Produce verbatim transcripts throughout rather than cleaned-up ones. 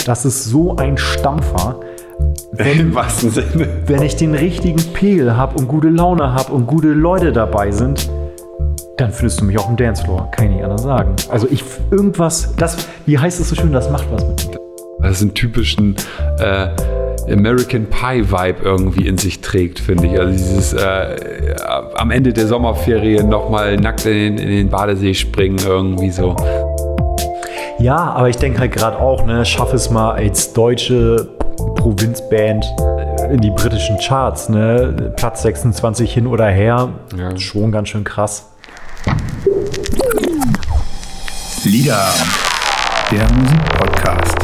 das ist so ein Stampfer. Wenn, Im wahrsten Sinne. Wenn ich den richtigen Pegel habe und gute Laune habe und gute Leute dabei sind, dann findest du mich auch im Dancefloor. Kann ich nicht anders sagen. Also ich, irgendwas, das, wie heißt es so schön, das macht was mit mir. Das ist einen typischen äh, American Pie-Vibe irgendwie in sich trägt, finde ich. Also dieses äh, am Ende der Sommerferien nochmal nackt in den, in den Badesee springen, irgendwie so. Ja, aber ich denke halt gerade auch, ne, schaff es mal als deutsche Provinzband in die britischen Charts, ne? Platz sechsundzwanzig hin oder her, Ja. Schon ganz schön krass. Lieder, der Musikpodcast.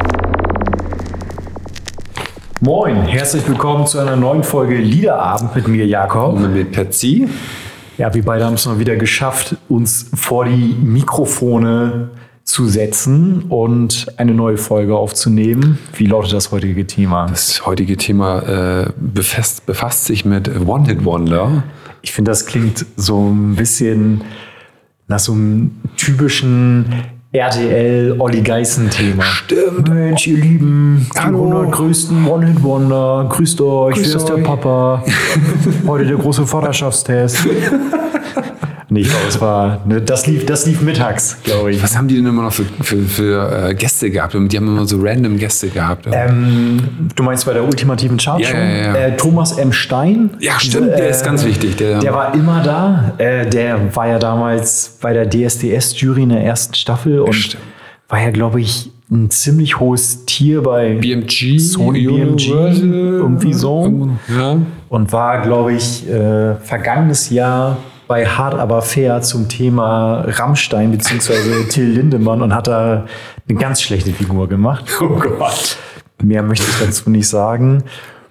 Moin, herzlich willkommen zu einer neuen Folge Liederabend mit mir, Jakob. Und mit Patsy. Ja, wir beide haben es mal wieder geschafft, uns vor die Mikrofone zu setzen und eine neue Folge aufzunehmen. Wie lautet das heutige Thema? Das heutige Thema äh, befasst, befasst sich mit One-Hit-Wonder. Ich finde, das klingt so ein bisschen nach so einem typischen R T L-Olli Geißen-Thema. Stimmt. Mensch, ihr Lieben, die Hallo. hundert größten One-Hit-Wonder. Grüßt euch, Grüß wer ist der euch. Papa? Heute der große Vaterschaftstest. Nee, ich glaube, es war, ne, das lief, das lief mittags, glaube ich. Was haben die denn immer noch für, für, für äh, Gäste gehabt? Die haben immer so random Gäste gehabt. Ähm, du meinst bei der ultimativen Chartshow? Ja, ja, ja. Äh, Thomas M. Stein. Ja, stimmt, der ist ganz wichtig. Der, Der war immer da. Äh, der war ja damals bei der D S D S-Jury in der ersten Staffel und Stimmt. war ja, glaube ich, ein ziemlich hohes Tier bei B M G, Sony B M G, Universal, irgendwie so. Ja. Und war, glaube ich, äh, vergangenes Jahr bei Hart aber fair zum Thema Rammstein bzw. Till Lindemann und hat da eine ganz schlechte Figur gemacht. Oh Gott. Mehr möchte ich dazu nicht sagen.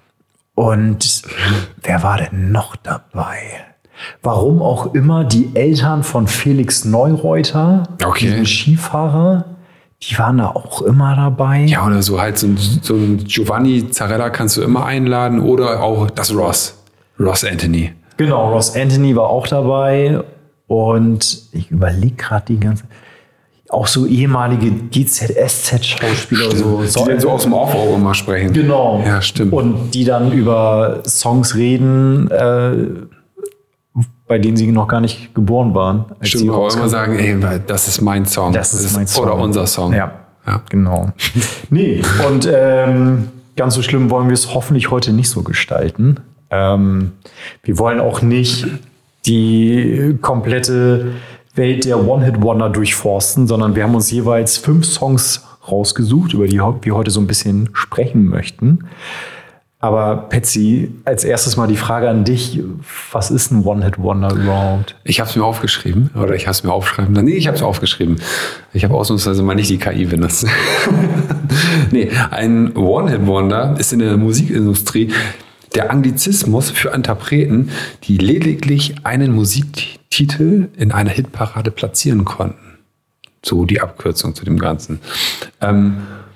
Und wer war denn noch dabei? Warum auch immer die Eltern von Felix Neureuter, Okay. diesem Skifahrer, die waren da auch immer dabei. Ja, oder so halt so ein, so ein Giovanni Zarella kannst du immer einladen oder auch das Ross. Ross Anthony. Genau, Ross Anthony war auch dabei. Und ich überlege gerade die ganze... Auch so ehemalige G Z S Z-Schauspieler. So, Die dann so aus dem Off auch immer sprechen. Genau. Ja, stimmt. Und die dann über Songs reden, äh, bei denen sie noch gar nicht geboren waren. als Stimmt, sie aber auch rauskamen. immer sagen, ey, weil das ist mein Song. Das ist mein Song. Oder unser Song. Ja, Ja. genau. Nee, und ähm, ganz so schlimm wollen wir es hoffentlich heute nicht so gestalten. Ähm, wir wollen auch nicht die komplette Welt der One-Hit-Wonder durchforsten, sondern wir haben uns jeweils fünf Songs rausgesucht, über die wir heute so ein bisschen sprechen möchten. Aber Patsy, als erstes mal die Frage an dich. Was ist ein One-Hit-Wonder überhaupt? Ich habe es mir aufgeschrieben. Oder ich habe es mir aufschreiben. Nee, ich habe es aufgeschrieben. Ich habe ausnahmsweise mal nicht die K I benutzt. Nee, ein One-Hit-Wonder ist in der Musikindustrie der Anglizismus für Interpreten, die lediglich einen Musiktitel in einer Hitparade platzieren konnten. So die Abkürzung zu dem Ganzen. Ähm,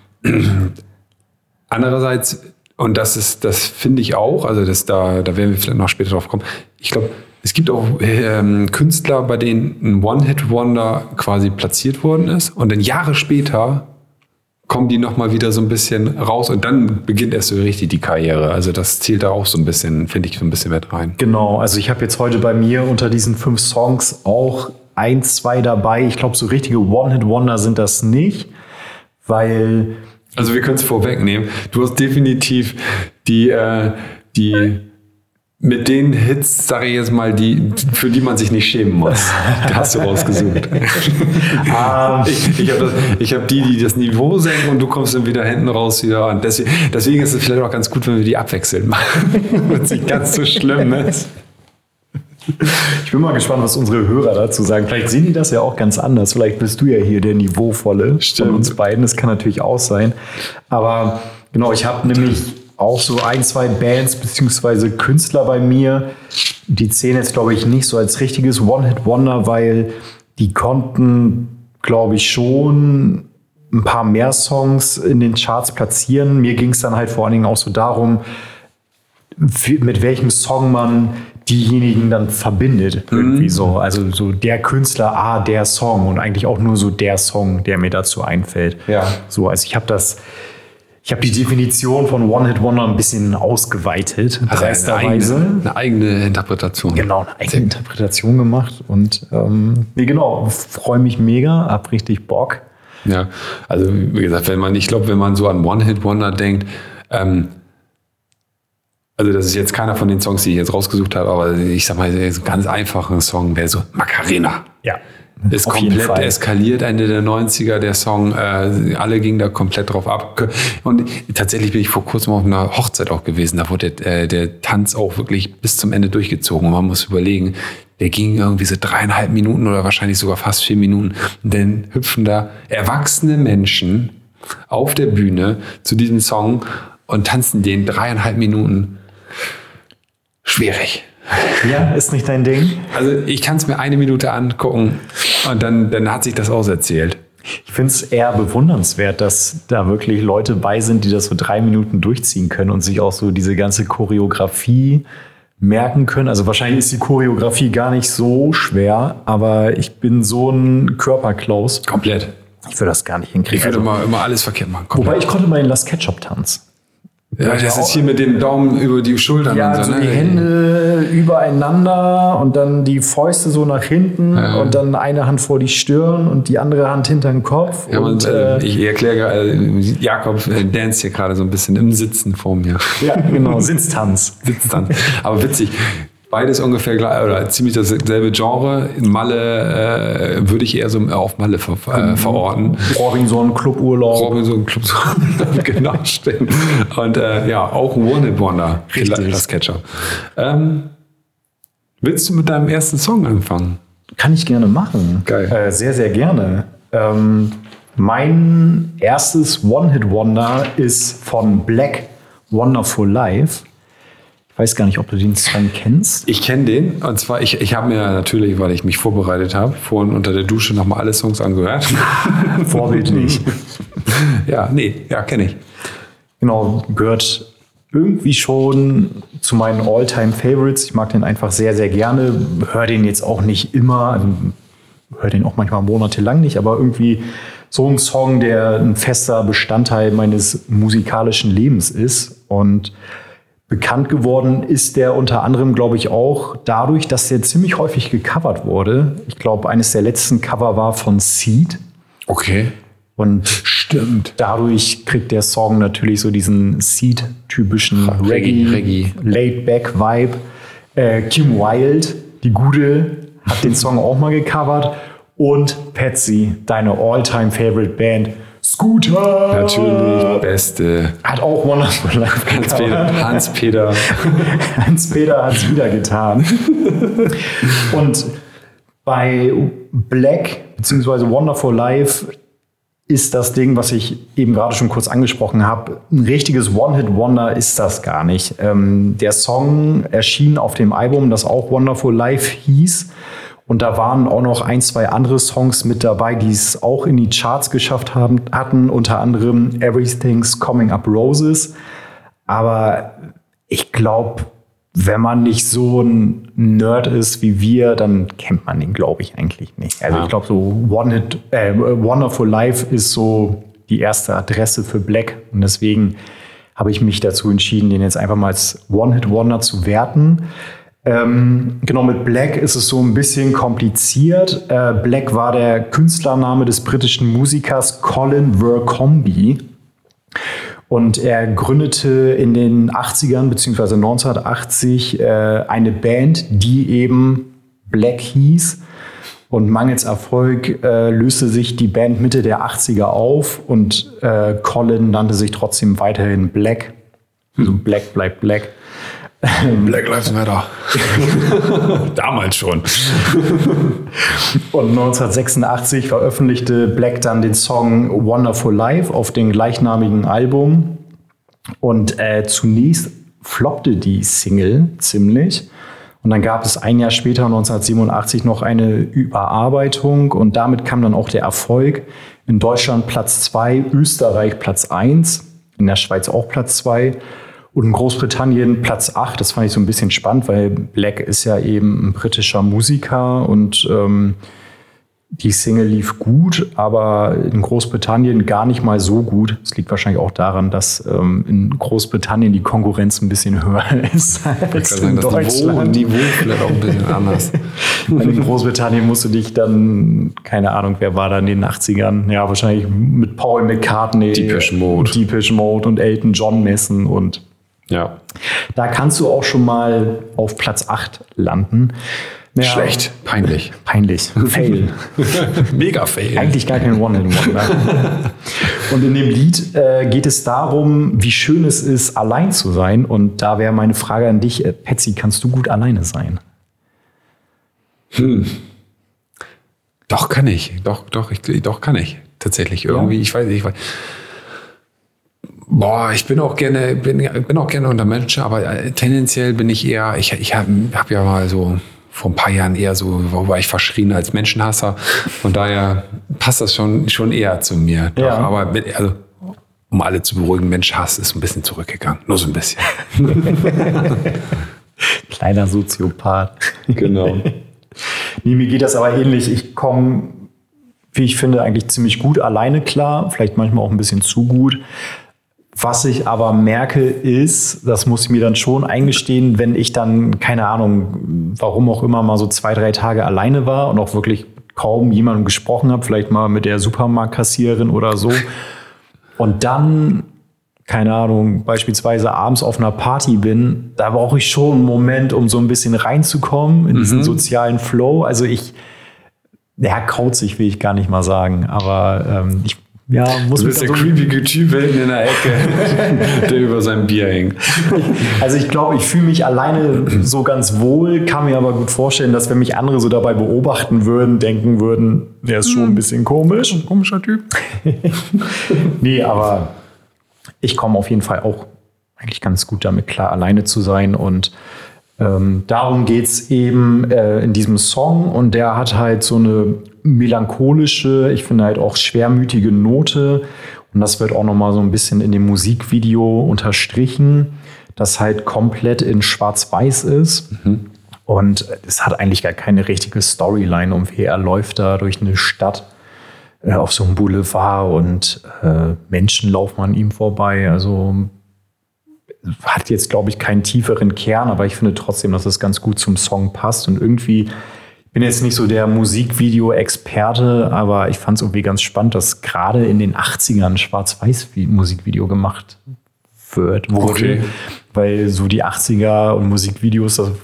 andererseits, und das ist, das finde ich auch, also das da, da werden wir vielleicht noch später drauf kommen. Ich glaube, es gibt auch ähm, Künstler, bei denen ein One-Hit-Wonder quasi platziert worden ist und dann Jahre später kommen die nochmal wieder so ein bisschen raus und dann beginnt erst so richtig die Karriere. Also das zählt da auch so ein bisschen, finde ich, so ein bisschen mit rein. Genau, also ich habe jetzt heute bei mir unter diesen fünf Songs auch ein, zwei dabei. Ich glaube, so richtige One-Hit-Wonder sind das nicht, weil... Also wir können es vorwegnehmen. Du hast definitiv die, äh, die mit den Hits, sage ich jetzt mal, die, für die man sich nicht schämen muss. Da hast du rausgesucht. Ah, ich ich habe hab die, die das Niveau senken und du kommst dann wieder hinten raus wieder. Und deswegen, deswegen ist es vielleicht auch ganz gut, wenn wir die abwechselnd machen. Wenn es nicht ganz so schlimm ist. Ich bin mal gespannt, was unsere Hörer dazu sagen. Vielleicht sehen die das ja auch ganz anders. Vielleicht bist du ja hier der Niveauvolle Stimmt. von uns beiden. Das kann natürlich auch sein. Aber genau, ich habe nämlich auch so ein, zwei Bands beziehungsweise Künstler bei mir. Die zählen jetzt, glaube ich, nicht so als richtiges One-Hit-Wonder, weil die konnten, glaube ich, schon ein paar mehr Songs in den Charts platzieren. Mir ging es dann halt vor allen Dingen auch so darum, mit welchem Song man diejenigen dann verbindet. Irgendwie so. Also so der Künstler, ah, der Song und eigentlich auch nur so der Song, der mir dazu einfällt. Ja. So, also ich habe das, ich habe die Definition von One-Hit-Wonder ein bisschen ausgeweitet. Also eine eigene, eine eigene Interpretation. Genau, eine eigene Interpretation gemacht. Und ähm, nee, genau, freue mich mega, hab richtig Bock. Ja, also wie gesagt, wenn man, ich glaube, wenn man so an One-Hit-Wonder denkt, ähm, also das ist jetzt keiner von den Songs, die ich jetzt rausgesucht habe, aber ich sag mal, so ein ganz einfacher Song wäre so Macarena. Ja. Ist Auf jeden komplett Fall. eskaliert Ende der neunziger, der Song. Äh, alle gingen da komplett drauf ab. Und tatsächlich bin ich vor kurzem auf einer Hochzeit auch gewesen. Da wurde der, äh, der Tanz auch wirklich bis zum Ende durchgezogen. Und man muss überlegen, der ging irgendwie so dreieinhalb Minuten oder wahrscheinlich sogar fast vier Minuten. Und dann hüpfen da erwachsene Menschen auf der Bühne zu diesem Song und tanzen den dreieinhalb Minuten. Schwierig. Ja, ist nicht dein Ding? Also ich kann es mir eine Minute angucken und dann, dann hat sich das auserzählt. Ich finde es eher bewundernswert, dass da wirklich Leute bei sind, die das so drei Minuten durchziehen können und sich auch so diese ganze Choreografie merken können. Also wahrscheinlich ist die Choreografie gar nicht so schwer, aber ich bin so ein Körperklaus. Komplett. Ich würde das gar nicht hinkriegen. Ich würde Also, immer, immer alles verkehrt machen. wobei Komplett. ich konnte mal den Last Ketchup-Tanz. Ja, das ist hier mit dem Daumen über die Schultern Ja, und so, also ne? die Hände übereinander und dann die Fäuste so nach hinten Ja. und dann eine Hand vor die Stirn und die andere Hand hinter den Kopf. Ja, und, und, äh, äh, ich erkläre gerade, äh, Jakob äh, dance hier gerade so ein bisschen im Sitzen vor mir. ja, genau, Sitztanz. Sitzt dann. Aber witzig. Beides ungefähr gleich, oder ziemlich dasselbe Genre. Malle äh, würde ich eher so auf Malle ver äh, verorten. Robinson, Cluburlaub. Robinson Club, genau, stimmt. Und äh, ja, auch One-Hit-Wonder. Richtig. Das Catcher. Ähm, willst du mit deinem ersten Song anfangen? Kann ich gerne machen. Geil. Äh, sehr, sehr gerne. Ähm, mein erstes One-Hit-Wonder ist von Black, Wonderful Life. Ich weiß gar nicht, ob du den Song kennst. Ich kenne den. Und zwar, ich, ich habe mir natürlich, weil ich mich vorbereitet habe, vorhin unter der Dusche nochmal alle Songs angehört. Vorbildlich. Ja, nee, ja, kenne ich. Genau, gehört irgendwie schon zu meinen All-Time-Favorites. Ich mag den einfach sehr, sehr gerne. Höre den jetzt auch nicht immer, also höre den auch manchmal monatelang nicht, aber irgendwie so ein Song, der ein fester Bestandteil meines musikalischen Lebens ist. Und bekannt geworden ist der unter anderem, glaube ich, auch dadurch, dass der ziemlich häufig gecovert wurde. Ich glaube, eines der letzten Cover war von Seed. Okay. Und stimmt. Dadurch kriegt der Song natürlich so diesen Seed-typischen Reggae, Reggae, Reggae. Laid-Back-Vibe. Äh, Kim Wilde, die Gute, hat den Song auch mal gecovert. Und Patsy, deine All-Time-Favorite-Band, Scooter. Natürlich, beste. Hat auch Wonderful Life Hans-Peter. Hans-Peter. Hans-Peter hat es wieder getan. Und bei Black bzw. Wonderful Life ist das Ding, was ich eben gerade schon kurz angesprochen habe, ein richtiges One-Hit-Wonder ist das gar nicht. Ähm, der Song erschien auf dem Album, das auch Wonderful Life hieß. Und da waren auch noch ein, zwei andere Songs mit dabei, die es auch in die Charts geschafft haben, hatten. Unter anderem Everything's Coming Up Roses. Aber ich glaube, wenn man nicht so ein Nerd ist wie wir, dann kennt man den, glaube ich, eigentlich nicht. Also Ja. ich glaube, so One Hit, äh, Wonderful Life ist so die erste Adresse für Black. Und deswegen habe ich mich dazu entschieden, den jetzt einfach mal als One-Hit-Wonder zu werten. Ähm, genau, mit Black ist es so ein bisschen kompliziert. Äh, Black war der Künstlername des britischen Musikers Colin Vercombe. Und er gründete in den achtzigern bzw. neunzehnhundertachtzig äh, eine Band, die eben Black hieß. Und mangels Erfolg äh, löste sich die Band Mitte der achtziger auf und äh, Colin nannte sich trotzdem weiterhin Black. Also Black bleibt Black. Black Lives Matter. Damals schon. Und neunzehnhundertsechsundachtzig veröffentlichte Black dann den Song Wonderful Life auf dem gleichnamigen Album. Und äh, zunächst floppte die Single ziemlich. Und dann gab es ein Jahr später, neunzehnhundertsiebenundachtzig, noch eine Überarbeitung. Und damit kam dann auch der Erfolg. In Deutschland Platz zwei, Österreich Platz eins, in der Schweiz auch Platz zwei. Und in Großbritannien Platz acht, das fand ich so ein bisschen spannend, weil Black ist ja eben ein britischer Musiker und ähm, die Single lief gut, aber in Großbritannien gar nicht mal so gut. Das liegt wahrscheinlich auch daran, dass ähm, in Großbritannien die Konkurrenz ein bisschen höher ist als in das Deutschland. Niveau, Niveau vielleicht auch ein bisschen anders. Weil in Großbritannien musst du dich dann, keine Ahnung, wer war da in den achtzigern? Ja, wahrscheinlich mit Paul McCartney, Depeche Mode. Depeche Mode und Elton John messen. Und Ja. da kannst du auch schon mal auf Platz acht landen. Ja, Schlecht, peinlich. Peinlich. Fail. Mega fail. Eigentlich gar kein One-Hit-Wonder. Und in dem Lied äh, geht es darum, wie schön es ist, allein zu sein. Und da wäre meine Frage an dich, äh, Patsy, kannst du gut alleine sein? Hm. Doch, kann ich. Doch, doch, ich, doch kann ich. Tatsächlich. Irgendwie, ja. ich weiß nicht. Ich weiß. Boah, ich bin auch gerne, bin, bin auch gerne unter Menschen, aber tendenziell bin ich eher, ich, ich habe hab ja mal so vor ein paar Jahren eher so, war ich verschrien als Menschenhasser. Von daher passt das schon, schon eher zu mir. Doch, Ja. aber also, um alle zu beruhigen, Mensch-Hass ist ein bisschen zurückgegangen. Nur so ein bisschen. Kleiner Soziopath. Genau. Nee, mir geht das aber ähnlich. Ich komme, wie ich finde, eigentlich ziemlich gut alleine klar. Vielleicht manchmal auch ein bisschen zu gut. Was ich aber merke ist, das muss ich mir dann schon eingestehen, wenn ich dann, keine Ahnung, warum auch immer mal so zwei, drei Tage alleine war und auch wirklich kaum jemandem gesprochen habe, vielleicht mal mit der Supermarktkassiererin oder so. Und dann, keine Ahnung, beispielsweise abends auf einer Party bin, da brauche ich schon einen Moment, um so ein bisschen reinzukommen in diesen Mhm. sozialen Flow. Also ich, ja, kauzig will ich gar nicht mal sagen, aber ähm, ich ja, muss Du mich bist dann der so creepige Typ hinten in der Ecke, der über seinem Bier hängt. Also ich glaube, ich fühle mich alleine so ganz wohl, kann mir aber gut vorstellen, dass wenn mich andere so dabei beobachten würden, denken würden, der ist schon ein bisschen komisch. Ein komischer Typ. Nee, aber ich komme auf jeden Fall auch eigentlich ganz gut damit klar, alleine zu sein. Und ähm, darum geht es eben äh, in diesem Song. Und der hat halt so eine melancholische, ich finde halt auch schwermütige Note. Und das wird auch noch mal so ein bisschen in dem Musikvideo unterstrichen, das halt komplett in Schwarz-Weiß ist. Mhm. Und es hat eigentlich gar keine richtige Storyline. Und er läuft da durch eine Stadt äh, auf so einem Boulevard und äh, Menschen laufen an ihm vorbei. Also hat jetzt, glaube ich, keinen tieferen Kern, aber ich finde trotzdem, dass es ganz gut zum Song passt. Und irgendwie, ich bin jetzt nicht so der Musikvideo-Experte, aber ich fand es irgendwie ganz spannend, dass gerade in den achtzigern ein Schwarz-Weiß-Musikvideo gemacht wird. Wurde. Okay. Weil so die achtziger und Musikvideos, das,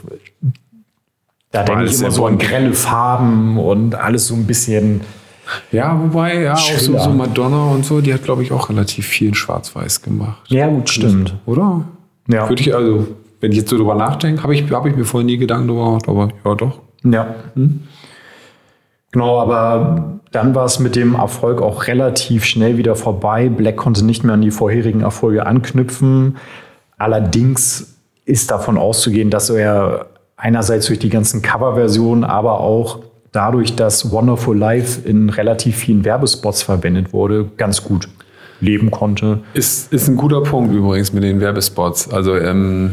da denke ich immer so an grelle Farben und alles so ein bisschen. Ja, wobei, ja, auch so, Schiller. so Madonna und so, die hat, glaube ich, auch relativ viel in Schwarz-Weiß gemacht. Ja, gut, stimmt. Oder? Ja. Würde ich, also, wenn ich jetzt so drüber nachdenke, habe ich, hab ich mir vorher nie Gedanken drüber gemacht, aber ja, doch. Ja. Hm. Genau, aber dann war es mit dem Erfolg auch relativ schnell wieder vorbei. Black konnte nicht mehr an die vorherigen Erfolge anknüpfen. Allerdings ist davon auszugehen, dass er einerseits durch die ganzen Coverversionen, aber auch dadurch, dass Wonderful Life in relativ vielen Werbespots verwendet wurde, ganz gut leben konnte. Ist, ist ein guter Punkt übrigens mit den Werbespots. Also ähm,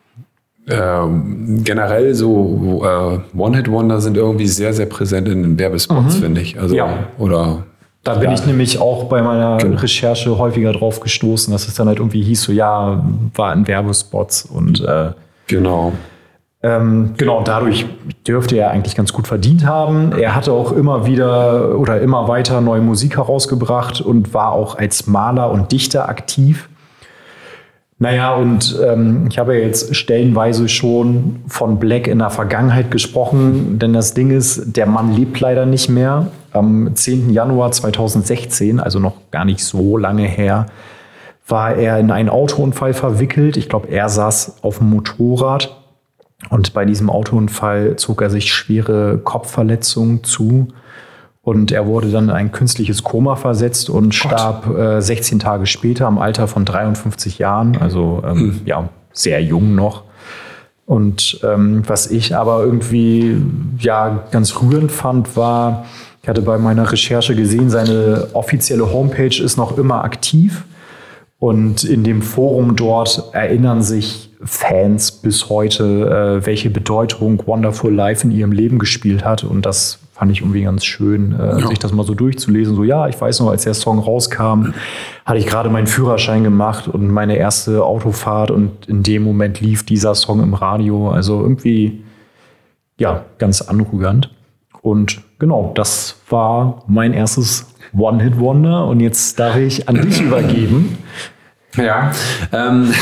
ähm, generell so äh, One-Hit-Wonder sind irgendwie sehr, sehr präsent in den Werbespots, Mhm. finde ich. Also, Ja. Oder Da bin Ja. ich nämlich auch bei meiner Genau. Recherche häufiger drauf gestoßen, dass es dann halt irgendwie hieß, so ja, war in Werbespots und äh, genau. Ähm, genau, und dadurch dürfte er eigentlich ganz gut verdient haben. Er hatte auch immer wieder oder immer weiter neue Musik herausgebracht und war auch als Maler und Dichter aktiv. Naja, und ähm, ich habe ja jetzt stellenweise schon von Black in der Vergangenheit gesprochen, denn das Ding ist, der Mann lebt leider nicht mehr. Am zehnten Januar zweitausendsechzehn, also noch gar nicht so lange her, war er in einen Autounfall verwickelt. Ich glaube, er saß auf dem Motorrad. Und bei diesem Autounfall zog er sich schwere Kopfverletzungen zu. Und er wurde dann in ein künstliches Koma versetzt und starb äh, sechzehn Tage später im Alter von dreiundfünfzig Jahren. Also ähm, hm. ja, sehr jung noch. Und ähm, was ich aber irgendwie ja ganz rührend fand, war, ich hatte bei meiner Recherche gesehen, seine offizielle Homepage ist noch immer aktiv. Und in dem Forum dort erinnern sich Fans bis heute, äh, welche Bedeutung Wonderful Life in ihrem Leben gespielt hat. Und das fand ich irgendwie ganz schön, äh, ja. sich das mal so durchzulesen. So, ja, ich weiß noch, als der Song rauskam, hatte ich gerade meinen Führerschein gemacht und meine erste Autofahrt. Und in dem Moment lief dieser Song im Radio. Also irgendwie, ja, ganz anrührend. Und genau, das war mein erstes One-Hit-Wonder. Und jetzt darf ich an dich übergeben. Ja, ähm,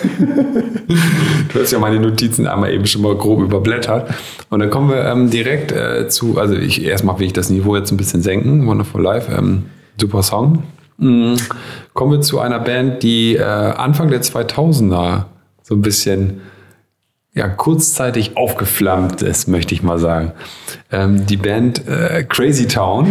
du hast ja meine Notizen einmal eben schon mal grob überblättert. Und dann kommen wir ähm, direkt äh, zu, also ich erstmal will ich das Niveau jetzt ein bisschen senken, Wonderful Life, ähm, super Song. Mhm. Kommen wir zu einer Band, die äh, Anfang der zweitausender so ein bisschen ja, kurzzeitig aufgeflammt ist, möchte ich mal sagen. Ähm, die Band äh, Crazy Town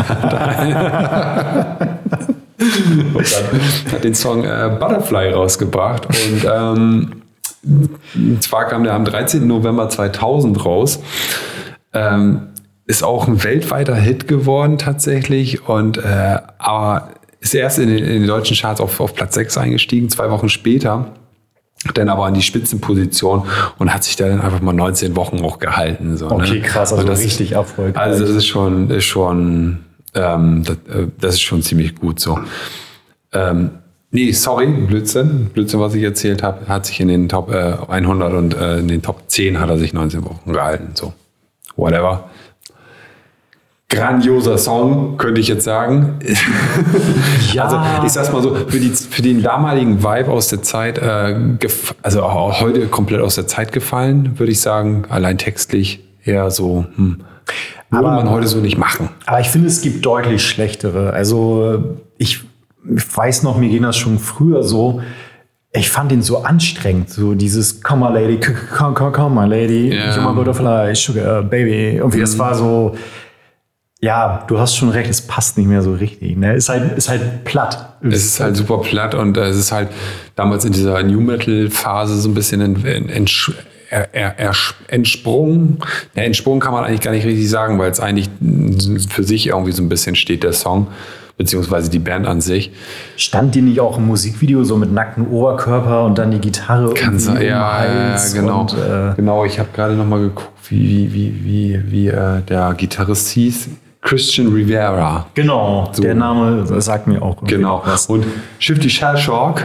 und dann hat den Song äh, Butterfly rausgebracht. Und ähm, zwar kam der am dreizehnten November zweitausend raus. Ähm, ist auch ein weltweiter Hit geworden tatsächlich. Und äh, aber ist erst in den, in den deutschen Charts auf, auf Platz sechs eingestiegen, zwei Wochen später. Dann aber an die Spitzenposition und hat sich da dann einfach mal neunzehn Wochen auch gehalten. So, okay, ne? krass, also das richtig erfolgreich. Also das ist schon, ist schon ähm, das, das ist schon ziemlich gut so. Ähm, nee, sorry, Blödsinn. Blödsinn, was ich erzählt habe, hat sich in den Top äh, hundert und äh, in den Top zehn hat er sich neunzehn Wochen gehalten. So, whatever. Grandioser Song, könnte ich jetzt sagen. Ja. Also ich sag's mal so, für, die, für den damaligen Vibe aus der Zeit, äh, gef- also auch heute komplett aus der Zeit gefallen, würde ich sagen. Allein textlich eher so, hm, würde aber, man heute so nicht machen. Aber ich finde, es gibt deutlich schlechtere. Also ich, ich weiß noch, mir ging das schon früher so. Ich fand den so anstrengend, so dieses Come my lady, come, come, come my lady, ja. You're my butterfly, sugar baby. Irgendwie, mhm. das war so. Ja, du hast schon recht, es passt nicht mehr so richtig. Ne? Ist halt, ist halt platt. Es ist halt super platt und äh, es ist halt damals in dieser New Metal Phase so ein bisschen ent, ent, ent, er, er, er, entsprungen. Ja, entsprungen kann man eigentlich gar nicht richtig sagen, weil es eigentlich für sich irgendwie so ein bisschen steht, der Song, beziehungsweise die Band an sich. Stand die nicht auch im Musikvideo so mit nacktem Oberkörper und dann die Gitarre? Kann sein, ja, ja, genau. Und, äh genau, ich habe gerade noch mal geguckt, wie, wie, wie, wie, wie äh, der Gitarrist hieß. Christian Rivera. Genau, so. Der Name sagt mir auch genau. Was. Und Shifty Shellshock,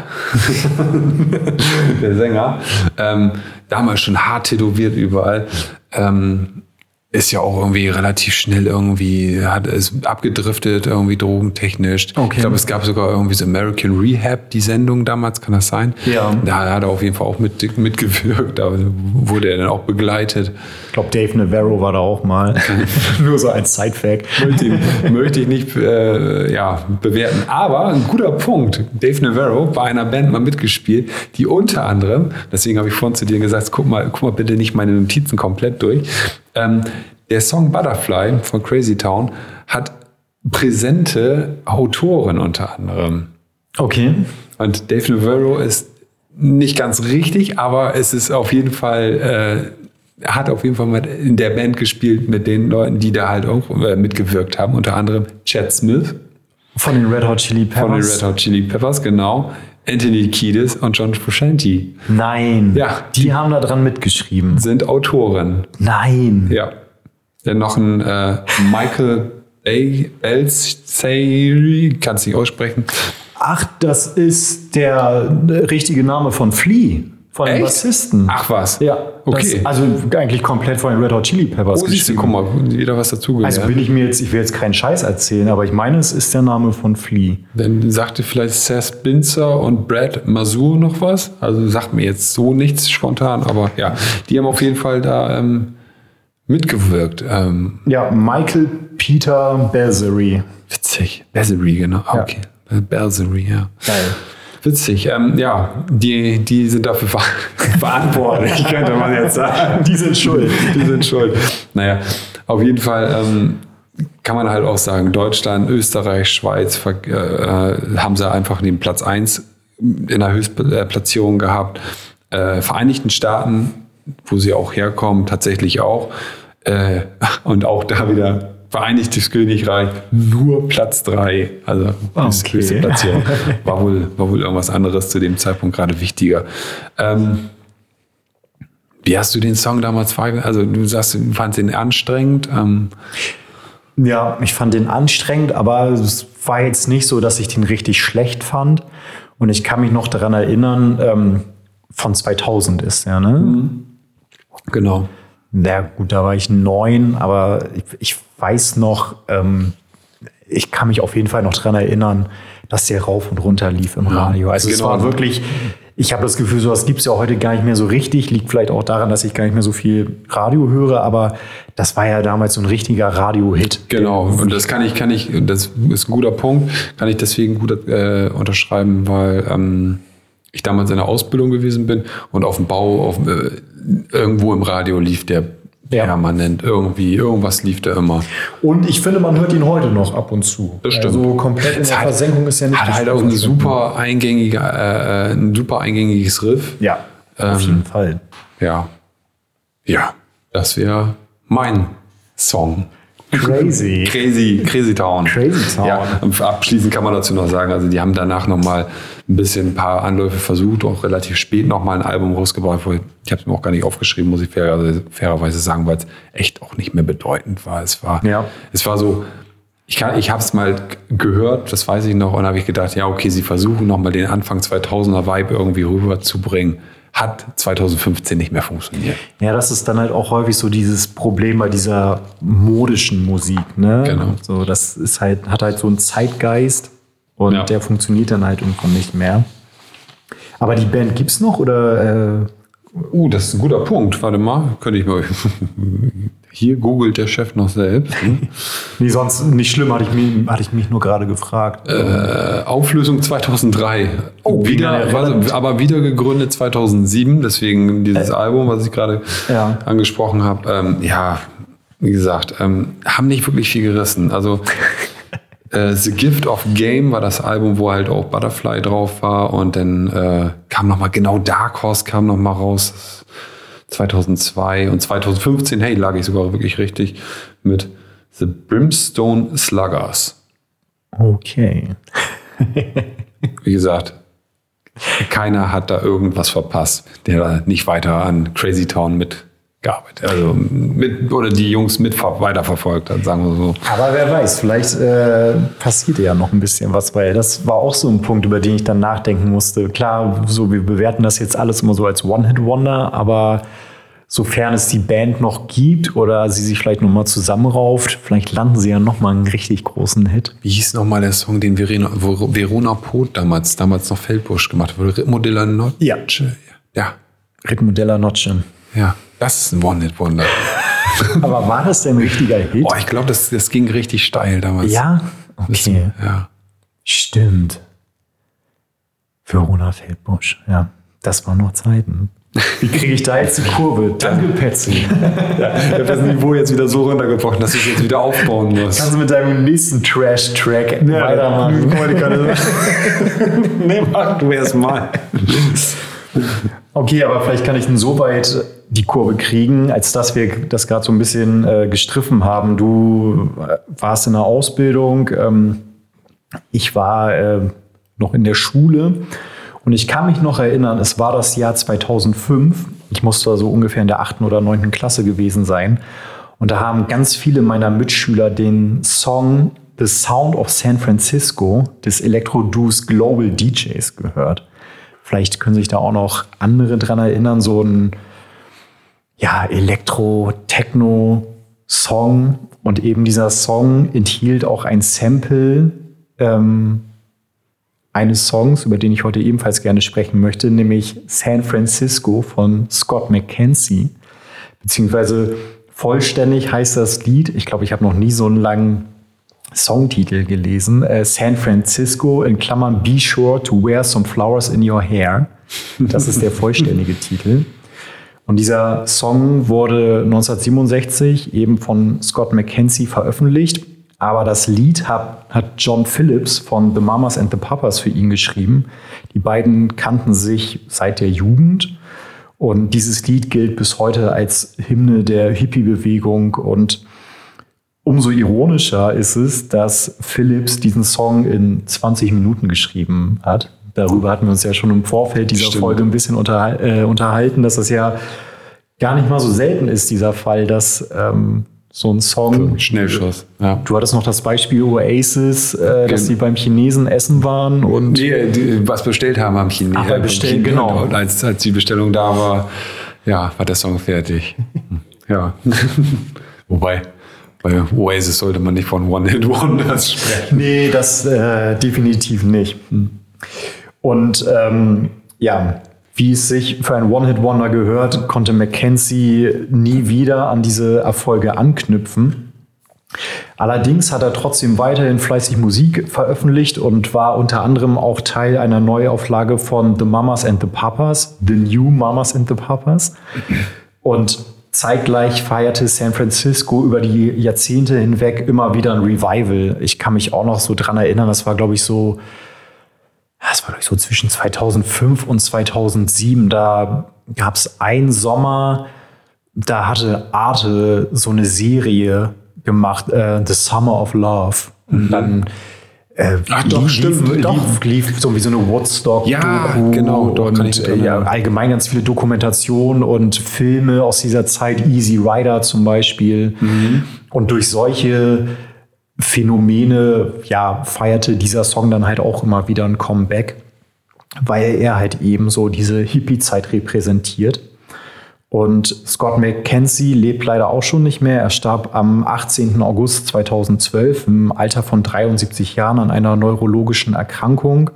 der Sänger, ähm, damals schon hart tätowiert überall, ähm, ist ja auch irgendwie relativ schnell irgendwie, hat ist abgedriftet, irgendwie drogentechnisch. Okay. Ich glaube, es gab sogar irgendwie so American Rehab, die Sendung damals, kann das sein? Ja. Da hat er auf jeden Fall auch mit, mitgewirkt, da wurde er dann auch begleitet. Ich glaube, Dave Navarro war da auch mal. Nur so als Side-Fact. Möchte ich, möchte ich nicht äh, ja, bewerten. Aber ein guter Punkt. Dave Navarro bei einer Band mal mitgespielt, die unter anderem, deswegen habe ich vorhin zu dir gesagt, guck mal, guck mal bitte nicht meine Notizen komplett durch. Ähm, der Song Butterfly von Crazy Town hat präsente Autoren unter anderem. Okay. Und Dave Navarro ist nicht ganz richtig, aber es ist auf jeden Fall, äh, hat auf jeden Fall mal in der Band gespielt mit den Leuten, die da halt auch äh, mitgewirkt haben. Unter anderem Chad Smith. Von den Red Hot Chili Peppers. Von den Red Hot Chili Peppers, genau. Anthony Kiedis und John Frusciante. Nein. Ja. Die, die haben da dran mitgeschrieben. Sind Autoren. Nein. Ja. Dann noch ein äh, Michael Belzeri, kann es nicht aussprechen. Ach, das ist der richtige Name von Flea, von dem Bassisten. Ach was. Ja. Okay. Das, also eigentlich komplett von den Red Hot Chili Peppers oh, geschrieben. Guck mal, wieder was dazugehört. Also bin ich mir jetzt, ich will jetzt keinen Scheiß erzählen, aber ich meine, es ist der Name von Flea. Dann sagte vielleicht Seth Spencer und Brad Mazur noch was. Also sagt mir jetzt so nichts spontan, aber ja, die haben auf jeden Fall da ähm, mitgewirkt. Ähm, ja, Michael Peter Belzeri. Witzig. Belzeri, genau. Ah, okay. Ja. Belzeri, ja. Geil. Witzig. Ähm, ja, die, die sind dafür ver- verantwortlich, könnte man jetzt sagen. Die sind schuld. Die sind schuld. Naja, auf jeden Fall ähm, kann man halt auch sagen, Deutschland, Österreich, Schweiz äh, haben sie einfach den Platz eins in der Höchstplatzierung gehabt. Äh, Vereinigten Staaten, wo sie auch herkommen, tatsächlich auch. Äh, und auch da wieder Vereinigtes Königreich nur Platz drei. Also das Okay. höchste Platzierung. War wohl, war wohl irgendwas anderes zu dem Zeitpunkt gerade wichtiger. Ähm, wie hast du den Song damals wahrgenommen? Also du sagst, du fandst ihn anstrengend. Ähm, Ja, ich fand den anstrengend, aber es war jetzt nicht so, dass ich den richtig schlecht fand. Und ich kann mich noch daran erinnern, ähm, von zweitausend ist er, ne? genau. Ja, gut, da war ich neun, aber ich, ich weiß noch, ähm, ich kann mich auf jeden Fall noch daran erinnern, dass der rauf und runter lief im Radio. Also es genau. war wirklich, ich habe das Gefühl, sowas gibt es ja heute gar nicht mehr so richtig. Liegt vielleicht auch daran, dass ich gar nicht mehr so viel Radio höre, aber das war ja damals so ein richtiger Radio-Hit. Genau, und das kann ich, kann ich, das ist ein guter Punkt, kann ich deswegen gut äh, unterschreiben, weil ähm, ich damals in der Ausbildung gewesen bin und auf dem Bau, auf, äh, irgendwo im Radio lief der Ja. permanent, irgendwie, irgendwas lief da immer. Und ich finde, man hört ihn heute noch ab und zu. Das stimmt. Also komplett in der hat- Versenkung ist ja nicht. Hat halt auch eine super eingängige, äh, ein super eingängiges Riff. Ja, auf Ähm, jeden Fall. Ja. Ja, das wäre mein Song. Crazy. Crazy, Crazy Town. Crazy Town. Ja, und abschließend kann man dazu noch sagen, also die haben danach nochmal ein bisschen ein paar Anläufe versucht, auch relativ spät nochmal ein Album rausgebracht. Ich habe es mir auch gar nicht aufgeschrieben, muss ich fair, fairerweise sagen, weil es echt auch nicht mehr bedeutend war. Es war, Ja. es war so, ich, kann- ich habe es mal gehört, das weiß ich noch, und habe ich gedacht, ja okay, sie versuchen nochmal den Anfang zweitausender Vibe irgendwie rüberzubringen. Hat zweitausendfünfzehn nicht mehr funktioniert. Ja, das ist dann halt auch häufig so dieses Problem bei dieser modischen Musik, ne? Genau. So, das ist halt, hat halt so einen Zeitgeist und Ja. der funktioniert dann halt irgendwann nicht mehr. Aber die Band gibt's noch oder? Äh, Uh, das ist ein guter Punkt. Warte mal, könnte ich mal. Hier googelt der Chef noch selbst. Ne? nee, sonst nicht schlimm, hatte ich mich, hatte ich mich nur gerade gefragt. Äh, Auflösung zweitausenddrei. Oh, wieder, wieder also, aber wieder gegründet zweitausendsieben. Deswegen dieses Album, was ich gerade Ja. angesprochen habe. Ähm, ja, wie gesagt, ähm, haben nicht wirklich viel gerissen. Also äh, The Gift of Game war das Album, wo halt auch Butterfly drauf war. Und dann äh, kam noch mal, genau Dark Horse kam noch mal raus. zweitausendzwei und zweitausendfünfzehn, hey, lag ich sogar wirklich richtig, mit The Brimstone Sluggers. Okay. Wie gesagt, keiner hat da irgendwas verpasst, der da nicht weiter an Crazy Town mitgearbeitet, also mit, oder die Jungs mit ver- weiterverfolgt hat, sagen wir so. Aber wer weiß, vielleicht äh, passiert ja noch ein bisschen was, weil das war auch so ein Punkt, über den ich dann nachdenken musste. Klar, so wir bewerten das jetzt alles immer so als One-Hit-Wonder, aber sofern es die Band noch gibt oder sie sich vielleicht nochmal zusammenrauft, vielleicht landen sie ja nochmal einen richtig großen Hit. Wie hieß nochmal der Song, den Verena, wo Verona Poth damals, damals noch Feldbusch gemacht hat? Rhythmo della Noche? Ja. Ja, Ritmo della Noche. ja, das ist ein One-Hit-Wonder. Aber war das denn ein richtiger Hit? Boah, ich glaube, das, das ging richtig steil damals. Ja? Okay. Ja. Stimmt. Verona Feldbusch, ja. Das waren noch Zeiten. Wie kriege ich da jetzt die Kurve? Danke, Petzi. Ich habe das Niveau jetzt wieder so runtergebrochen, dass ich jetzt wieder aufbauen muss. Kannst du mit deinem nächsten Trash-Track weitermachen? Nee, mach du erst mal. Okay, aber vielleicht kann ich ihn so weit die Kurve kriegen, als dass wir das gerade so ein bisschen äh, gestriffen haben. Du äh, warst in der Ausbildung, ähm, ich war äh, noch in der Schule und ich kann mich noch erinnern, es war das Jahr zweitausendfünf. Ich musste also ungefähr in der achten oder neunten Klasse gewesen sein. Und da haben ganz viele meiner Mitschüler den Song The Sound of San Francisco des Electro-Duos Global D Js gehört. Vielleicht können sich da auch noch andere dran erinnern, so ein ja, Elektro-Techno-Song. Und eben dieser Song enthielt auch ein Sample ähm, eines Songs, über den ich heute ebenfalls gerne sprechen möchte, nämlich San Francisco von Scott McKenzie. Beziehungsweise vollständig heißt das Lied, ich glaube, ich habe noch nie so einen langen Songtitel gelesen, äh, San Francisco in Klammern Be Sure to Wear Some Flowers in Your Hair. Das ist der vollständige Titel. Und dieser Song wurde neunzehnhundertsiebenundsechzig eben von Scott McKenzie veröffentlicht. Aber das Lied hat, hat John Phillips von The Mamas and the Papas für ihn geschrieben. Die beiden kannten sich seit der Jugend. Und dieses Lied gilt bis heute als Hymne der Hippie-Bewegung und umso ironischer ist es, dass Phillips diesen Song in zwanzig Minuten geschrieben hat. Darüber hatten wir uns ja schon im Vorfeld dieser Stimmt. Folge ein bisschen unterhal- äh, unterhalten, dass das ja gar nicht mal so selten ist, dieser Fall, dass ähm, so ein Song... Schnellschuss, ja. Du hattest noch das Beispiel Oasis, äh, dass Gen- die beim Chinesen essen waren und... Nee, die, was bestellt haben am Chinesen. Ach, weil bestellt, genau. Und als, als die Bestellung da war, ja, war der Song fertig. Ja. Wobei, bei Oasis sollte man nicht von One-Hit-Wonders sprechen. Nee, das äh, definitiv nicht. Und ähm, ja, wie es sich für ein One-Hit-Wonder gehört, konnte Mackenzie nie wieder an diese Erfolge anknüpfen. Allerdings hat er trotzdem weiterhin fleißig Musik veröffentlicht und war unter anderem auch Teil einer Neuauflage von The Mamas and the Papas, The New Mamas and the Papas. Und zeitgleich feierte San Francisco über die Jahrzehnte hinweg immer wieder ein Revival. Ich kann mich auch noch so dran erinnern, das war, glaube ich, so, das war, glaube ich, so zwischen zweitausendfünf und zweitausendsieben. Da gab es einen Sommer, da hatte Arte so eine Serie gemacht, äh, The Summer of Love. Und dann äh, Ach doch, lief, stimmt, lief, doch. lief, lief so wie so eine Woodstock-Doku. Ja, genau, doch, und kann ich mich dran äh, ja, erinnern. allgemein ganz viele Dokumentationen und Filme aus dieser Zeit, Easy Rider zum Beispiel. Mhm. Und durch solche Phänomene ja, feierte dieser Song dann halt auch immer wieder ein Comeback, weil er halt eben so diese Hippie-Zeit repräsentiert. Und Scott McKenzie lebt leider auch schon nicht mehr. Er starb am achtzehnten August zweitausendzwölf im Alter von dreiundsiebzig Jahren an einer neurologischen Erkrankung.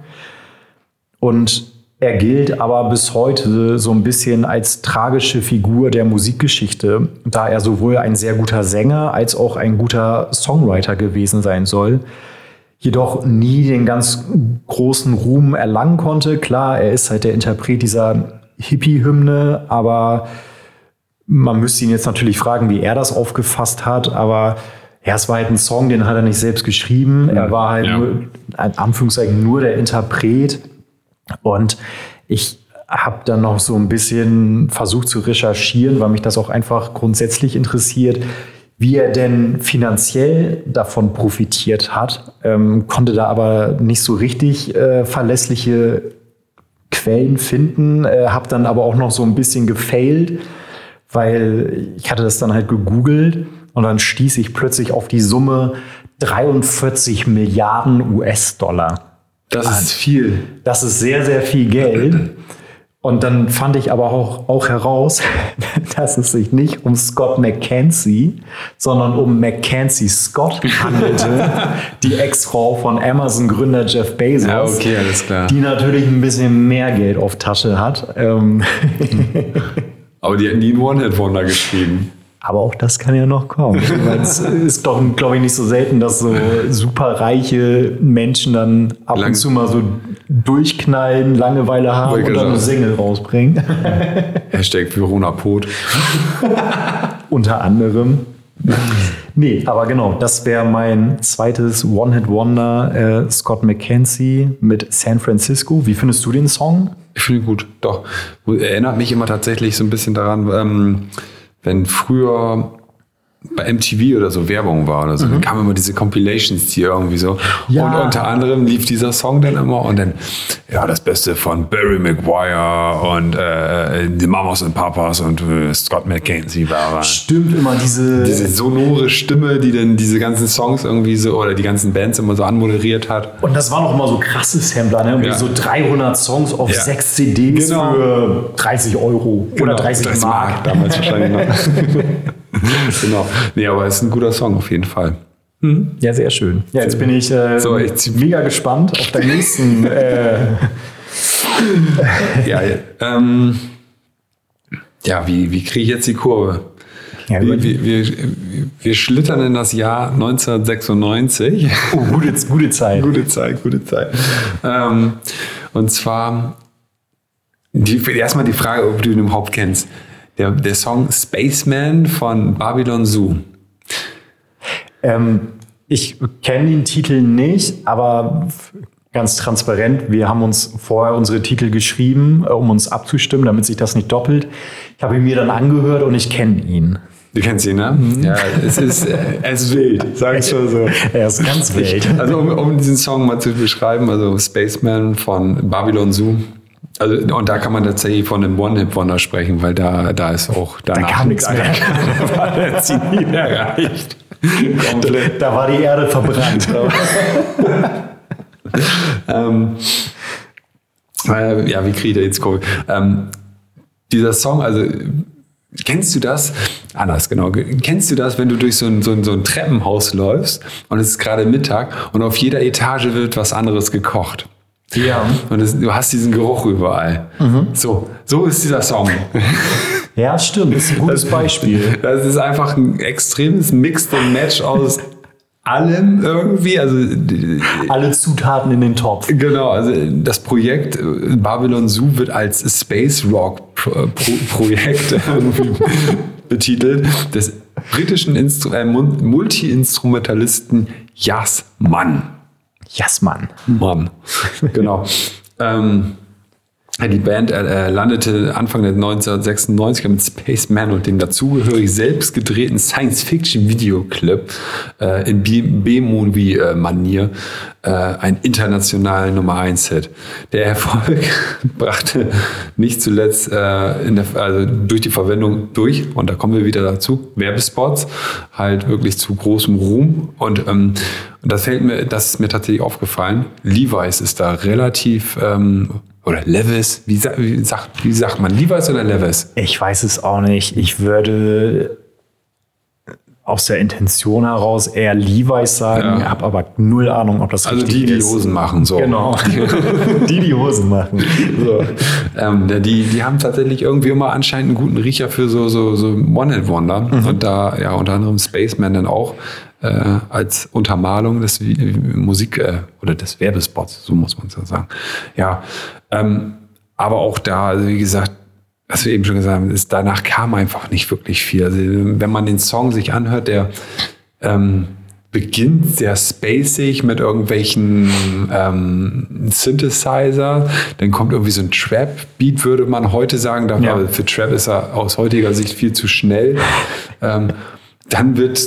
Und er gilt aber bis heute so ein bisschen als tragische Figur der Musikgeschichte, da er sowohl ein sehr guter Sänger als auch ein guter Songwriter gewesen sein soll. Jedoch nie den ganz großen Ruhm erlangen konnte. Klar, er ist halt der Interpret dieser Hippie-Hymne, aber man müsste ihn jetzt natürlich fragen, wie er das aufgefasst hat, aber ja, es war halt ein Song, den hat er nicht selbst geschrieben. Er war halt Ja. nur, in Anführungszeichen, nur der Interpret. Und ich habe dann noch so ein bisschen versucht zu recherchieren, weil mich das auch einfach grundsätzlich interessiert, wie er denn finanziell davon profitiert hat, ähm, konnte da aber nicht so richtig äh, verlässliche Quellen finden, äh, habe dann aber auch noch so ein bisschen gefailt, weil ich hatte das dann halt gegoogelt und dann stieß ich plötzlich auf die Summe dreiundvierzig Milliarden U S-Dollar. Das ist viel. Das ist sehr, sehr viel Geld. Und dann fand ich aber auch, auch heraus, dass es sich nicht um Scott McKenzie, sondern um Mackenzie Scott handelte, die Ex-Frau von Amazon-Gründer Jeff Bezos, Ja, okay, alles klar. die natürlich ein bisschen mehr Geld auf Tasche hat. Ähm, Aber die hat nie einen One-Hit-Wonder geschrieben. aber auch das kann ja noch kommen. Weil es ist doch, glaube ich, nicht so selten, dass so superreiche Menschen dann ab Lang- und zu mal so durchknallen, Langeweile haben Wollte und dann sagen. eine Single rausbringen. Hashtag Verona Pot. Unter anderem. Nee, aber genau, das wäre mein zweites One-Hit-Wonder, äh, Scott McKenzie mit San Francisco. Wie findest du den Song? Ich finde ihn gut, doch. Erinnert mich immer tatsächlich so ein bisschen daran, ähm, wenn früher bei M T V oder so Werbung war oder so, dann kamen immer diese Compilations, die irgendwie so. Ja. Und unter anderem lief dieser Song dann immer und dann, ja, das Beste von Barry Maguire und äh, die Mamas und Papas und äh, Scott McKenzie war. Stimmt, immer diese... Diese sonore Stimme, die dann diese ganzen Songs irgendwie so oder die ganzen Bands immer so anmoderiert hat. Und das waren auch immer so krasse Sampler, ne? Irgendwie Ja. so dreihundert Songs auf Ja. sechs C Ds Genau. für dreißig Euro oder dreißig Mark. damals wahrscheinlich noch. Genau. Nee, aber es ist ein guter Song auf jeden Fall. Ja, sehr schön. Ja, jetzt bin ich, äh, So, ich zieh- mega gespannt auf deinen nächsten. äh, Ja, ähm, ja wie, wie kriege ich jetzt die Kurve? Ja, Wir, wir, wir, wir schlittern in das Jahr neunzehnhundertsechsundneunzig. oh, gute, gute Zeit. Gute Zeit, gute Zeit. Ähm, und zwar die, erstmal die Frage, ob du ihn überhaupt kennst. Der, der Song Spaceman von Babylon Zoo. Ähm, ich kenne den Titel nicht, aber ganz transparent, wir haben uns vorher unsere Titel geschrieben, äh, um uns abzustimmen, damit sich das nicht doppelt. Ich habe ihn mir dann angehört und ich kenne ihn. Du kennst ihn, ne? Mhm. Ja, es ist, es ist wild, sag ich mal so. Er ist ganz wild. Also um, um diesen Song mal zu beschreiben, also Spaceman von Babylon Zoo. Also, und da kann man tatsächlich von einem One-Hit-Wonder sprechen, weil da, da ist auch danach da kam nichts mehr. Da war der Ziel nie mehr erreicht. Komplett. Da war die Erde verbrannt. ähm, äh, ja, wie kriege ich da jetzt Kohl? Ähm, dieser Song, also kennst du das? Anders, genau. Kennst du das, wenn du durch so ein, so ein, so ein Treppenhaus läufst und es ist gerade Mittag und auf jeder Etage wird was anderes gekocht? Ja. Und es, du hast diesen Geruch überall. Mhm. So, so ist dieser Song. Ja, stimmt. Das ist ein gutes das, Beispiel. Das ist einfach ein extremes Mix und Match aus allem irgendwie. Also alle Zutaten in den Topf. Genau. Also das Projekt Babylon Zoo wird als Space Rock Pro- Pro- Projekt irgendwie betitelt des britischen Instru- äh, Multi-Instrumentalisten Yas Mann. Yes, Mann. Mann. Genau. ähm, die Band äh, landete Anfang der neunzehnhundertsechsundneunziger mit Spaceman und dem dazugehörig selbst gedrehten Science-Fiction-Videoclip äh, in B-Movie-Manier äh, einen internationalen Nummer eins Hit. Der Erfolg brachte nicht zuletzt äh, in der, also durch die Verwendung durch, und da kommen wir wieder dazu, Werbespots, halt wirklich zu großem Ruhm. Und ähm, das fällt mir, das ist mir tatsächlich aufgefallen. Levi's ist da relativ ähm, oder Levis, wie, wie, sagt, wie sagt man, Levi's oder Levis? Ich weiß es auch nicht. Ich würde aus der Intention heraus eher Levi's sagen, ja. habe aber null Ahnung, ob das also richtig die, ist. die Hosen machen, so. Genau. die, die Hosen machen. So. Ähm, die, die haben tatsächlich irgendwie immer anscheinend einen guten Riecher für so, so, so One-Hit-Wonder. Mhm. Und da, ja, unter anderem Spaceman dann auch äh, als Untermalung des Musik- äh, oder des Werbespots, so muss man es ja sagen. Ja, ähm, aber auch da, also wie gesagt, was wir eben schon gesagt haben, ist, danach kam einfach nicht wirklich viel. Also wenn man den Song sich anhört, der ähm, beginnt sehr spacig mit irgendwelchen ähm, Synthesizer, dann kommt irgendwie so ein Trap-Beat, würde man heute sagen, da, ja. Für Trap ist er aus heutiger Sicht viel zu schnell. ähm, dann wird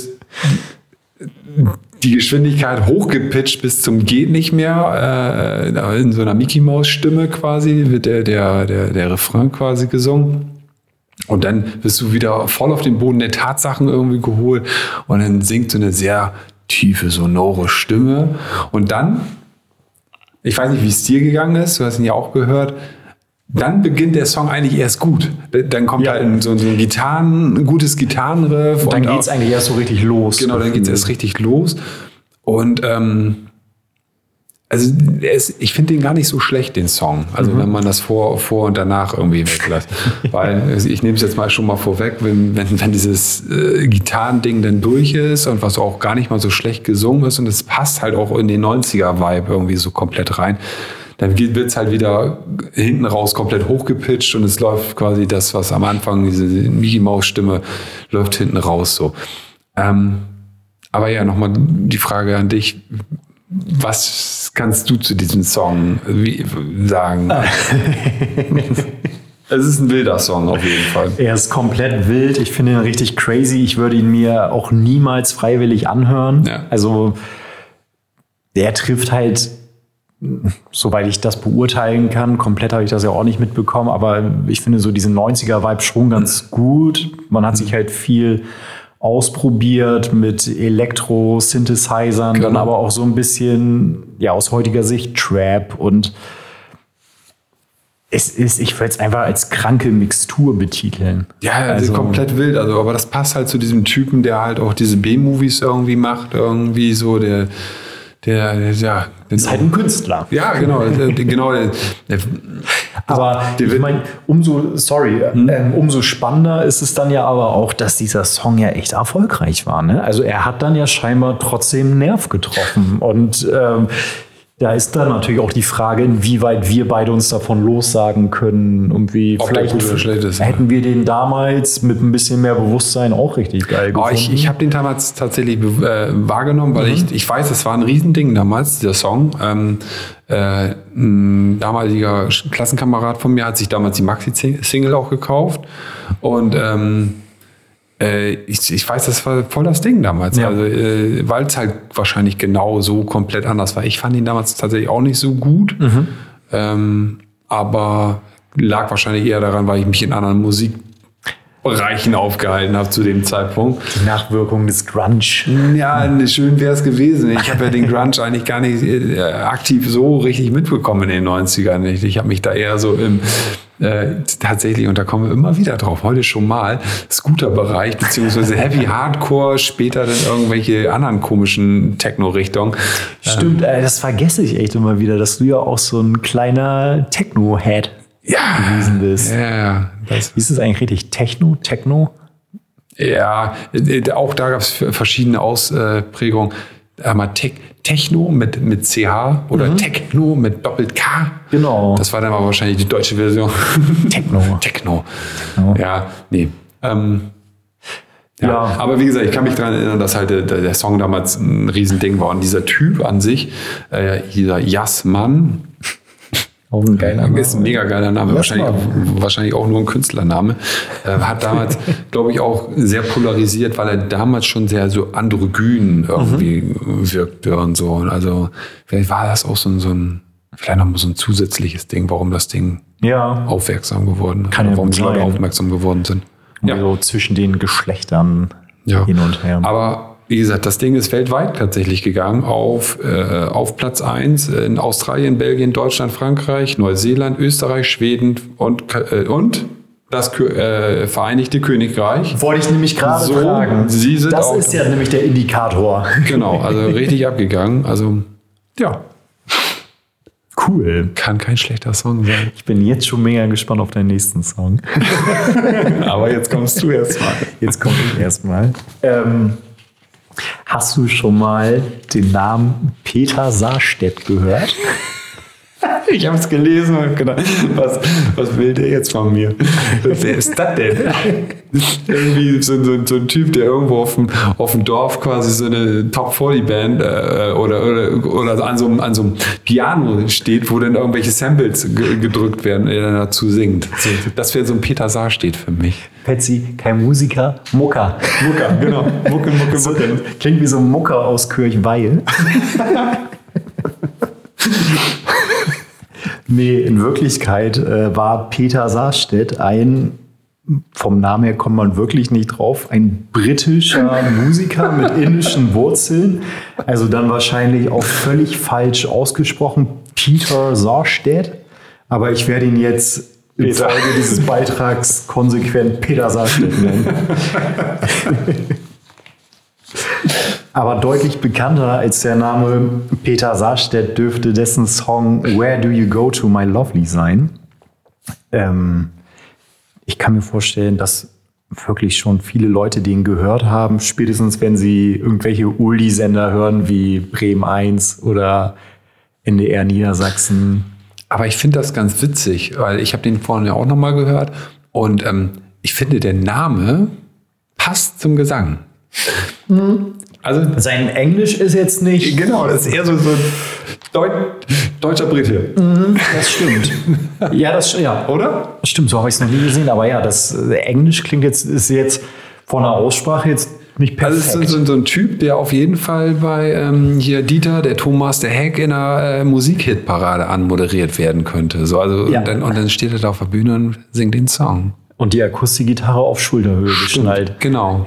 die Geschwindigkeit hochgepitcht bis zum geht nicht mehr, äh, in so einer Mickey-Maus-Stimme quasi wird der, der, der, der Refrain quasi gesungen. Und dann wirst du wieder voll auf den Boden der Tatsachen irgendwie geholt und dann singt so eine sehr tiefe, sonore Stimme. Und dann, ich weiß nicht, wie es dir gegangen ist, du hast ihn ja auch gehört, dann beginnt der Song eigentlich erst gut. Dann kommt ja. halt so, so ein Gitarren, ein gutes Gitarrenriff. Und dann geht es eigentlich erst so richtig los. Genau, dann geht es erst richtig los. Und ähm, also ist, ich finde den gar nicht so schlecht, den Song. Also mhm. wenn man das vor, vor und danach irgendwie weglässt. Weil ich nehme es jetzt mal schon mal vorweg, wenn, wenn, wenn dieses äh, Gitarrending dann durch ist und was auch gar nicht mal so schlecht gesungen ist und es passt halt auch in den neunziger-Vibe irgendwie so komplett rein, dann wird es halt wieder hinten raus komplett hochgepitcht und es läuft quasi das, was am Anfang, diese Mickey-Maus-Stimme, läuft hinten raus so. Ähm, aber ja, nochmal die Frage an dich. Was kannst du zu diesem Song wie, sagen? Es ist ein wilder Song auf jeden Fall. Er ist komplett wild. Ich finde ihn richtig crazy. Ich würde ihn mir auch niemals freiwillig anhören. Ja. Also der trifft halt, soweit ich das beurteilen kann, komplett habe ich das ja auch nicht mitbekommen, aber ich finde so diesen neunziger-Vibe schon ganz gut. Man hat sich halt viel ausprobiert mit Elektro-Synthesizern, genau. Dann aber auch so ein bisschen, ja, aus heutiger Sicht Trap und es ist, ich würde es einfach als kranke Mixtur betiteln. Ja, also komplett wild, also, aber das passt halt zu diesem Typen, der halt auch diese B-Movies irgendwie macht, irgendwie so, der Der, der, ja, ist halt ein Künstler. Ja, genau. genau der, der, aber ich meine, umso, sorry, hm? ähm, umso spannender ist es dann ja aber auch, dass dieser Song ja echt erfolgreich war. Ne? Also er hat dann ja scheinbar trotzdem einen Nerv getroffen. Und ähm, da ist dann natürlich auch die Frage, inwieweit wir beide uns davon lossagen können. Irgendwie ob vielleicht der gut oder schlecht ist, hätten wir den damals mit ein bisschen mehr Bewusstsein auch richtig geil gefunden. Oh, ich ich habe den damals tatsächlich äh, wahrgenommen, weil mhm. ich, ich weiß, es war ein Riesending damals, dieser Song. Ähm, äh, ein damaliger Klassenkamerad von mir hat sich damals die Maxi-Single auch gekauft. Und ähm, äh, ich, ich weiß, das war voll das Ding damals. Ja. Also, äh, weil es halt wahrscheinlich genau so komplett anders war. Ich fand ihn damals tatsächlich auch nicht so gut. Mhm. Ähm, aber lag wahrscheinlich eher daran, weil ich mich in anderen Musikbereichen aufgehalten habe zu dem Zeitpunkt. Die Nachwirkung des Grunge. Ja, schön wäre es gewesen. Ich habe ja den Grunge eigentlich gar nicht äh, aktiv so richtig mitbekommen in den neunzigern. Ich, ich habe mich da eher so im äh, tatsächlich, und da kommen wir immer wieder drauf, heute schon mal, Scooter-Bereich, beziehungsweise Heavy Hardcore, später dann irgendwelche anderen komischen Techno-Richtungen. Stimmt, äh, das vergesse ich echt immer wieder, dass du ja auch so ein kleiner Techno-Head Ja, gewesen bist. ja, das Wie ist es eigentlich richtig? Techno? Techno? Ja, äh, auch da gab es verschiedene Ausprägungen. Einmal Te- Techno mit, mit C H oder mhm. Techno mit Doppel-K. Genau. Das war dann aber wahrscheinlich die deutsche Version. Techno. Techno. Techno. Ja, nee. Ähm, ja. Ja. Aber wie gesagt, ich kann mich daran erinnern, dass halt der, der Song damals ein Riesending war. Und dieser Typ an sich, äh, dieser Jasman, Auch ein geiler Name. ist ein mega geiler Name, wahrscheinlich auch, wahrscheinlich auch nur ein Künstlername. Äh, hat damals, glaube ich, auch sehr polarisiert, weil er damals schon sehr so androgyn irgendwie mhm. wirkte und so. Und also vielleicht war das auch so ein, so ein, vielleicht noch mal so ein zusätzliches Ding, warum das Ding ja. aufmerksam geworden ist. Kann ja warum die Leute sein. aufmerksam geworden sind. Ja. So zwischen den Geschlechtern Ja. hin und her. Aber wie gesagt, das Ding ist weltweit tatsächlich gegangen auf, äh, auf Platz eins in Australien, Belgien, Deutschland, Frankreich, Neuseeland, Österreich, Schweden und, äh, und das äh, Vereinigte Königreich. Wollte ich nämlich gerade So, fragen. Sie sind das auch- ist ja nämlich der Indikator. Genau, also richtig abgegangen. Also ja, Cool. kann kein schlechter Song sein. Ich bin jetzt schon mega gespannt auf deinen nächsten Song. Aber jetzt kommst du erst mal. Jetzt komme ich erstmal. Ähm, hast du schon mal den Namen Peter Sarstedt gehört? Ich habe es gelesen und gedacht, was, was will der jetzt von mir? Wer ist das denn? Irgendwie so, so, so ein Typ, der irgendwo auf dem, auf dem Dorf quasi so eine Top vierzig Band äh, oder, oder, oder an, so, einem- an so einem Piano steht, wo dann irgendwelche Samples ge- gedrückt werden, der dann dazu singt. So, das wäre so ein Peter Sarstedt für mich. Patsy, kein Musiker, Mucker. Mucker, genau. Mucke, Mucke, So, Mucke. klingt wie so ein Mucker aus Kirchweil. Nee, in Wirklichkeit äh, war Peter Sarstedt ein, vom Namen her kommt man wirklich nicht drauf, ein britischer Musiker mit indischen Wurzeln. Also dann wahrscheinlich auch völlig falsch ausgesprochen, Peter Sarstedt. Aber ich werde ihn jetzt in Peter. Folge dieses Beitrags konsequent Peter Sarstedt nennen. Aber deutlich bekannter als der Name Peter Sarstedt dürfte dessen Song Where Do You Go To My Lovely sein. Ähm, ich kann mir vorstellen, dass wirklich schon viele Leute den gehört haben, spätestens wenn sie irgendwelche Oldie-Sender hören wie Bremen eins oder N D R Niedersachsen. Aber ich finde das ganz witzig, weil ich habe den vorhin ja auch nochmal gehört und ähm, ich finde, der Name passt zum Gesang. Also Sein Englisch ist jetzt nicht... genau, das ist eher so, so ein Deut deutscher Brite, Das stimmt. Ja, das ja. oder? Stimmt, so habe ich es noch nie gesehen. Aber ja, das äh, Englisch klingt jetzt, ist jetzt von der Aussprache jetzt nicht Also perfekt. es ist so, so ein Typ, der auf jeden Fall bei ähm, hier Dieter, der Thomas, der Heck in einer äh, Musikhitparade anmoderiert werden könnte. So, also Ja. und, dann, und dann steht er da auf der Bühne und singt den Song. Und die Akustikgitarre auf Schulterhöhe geschnallt. Genau.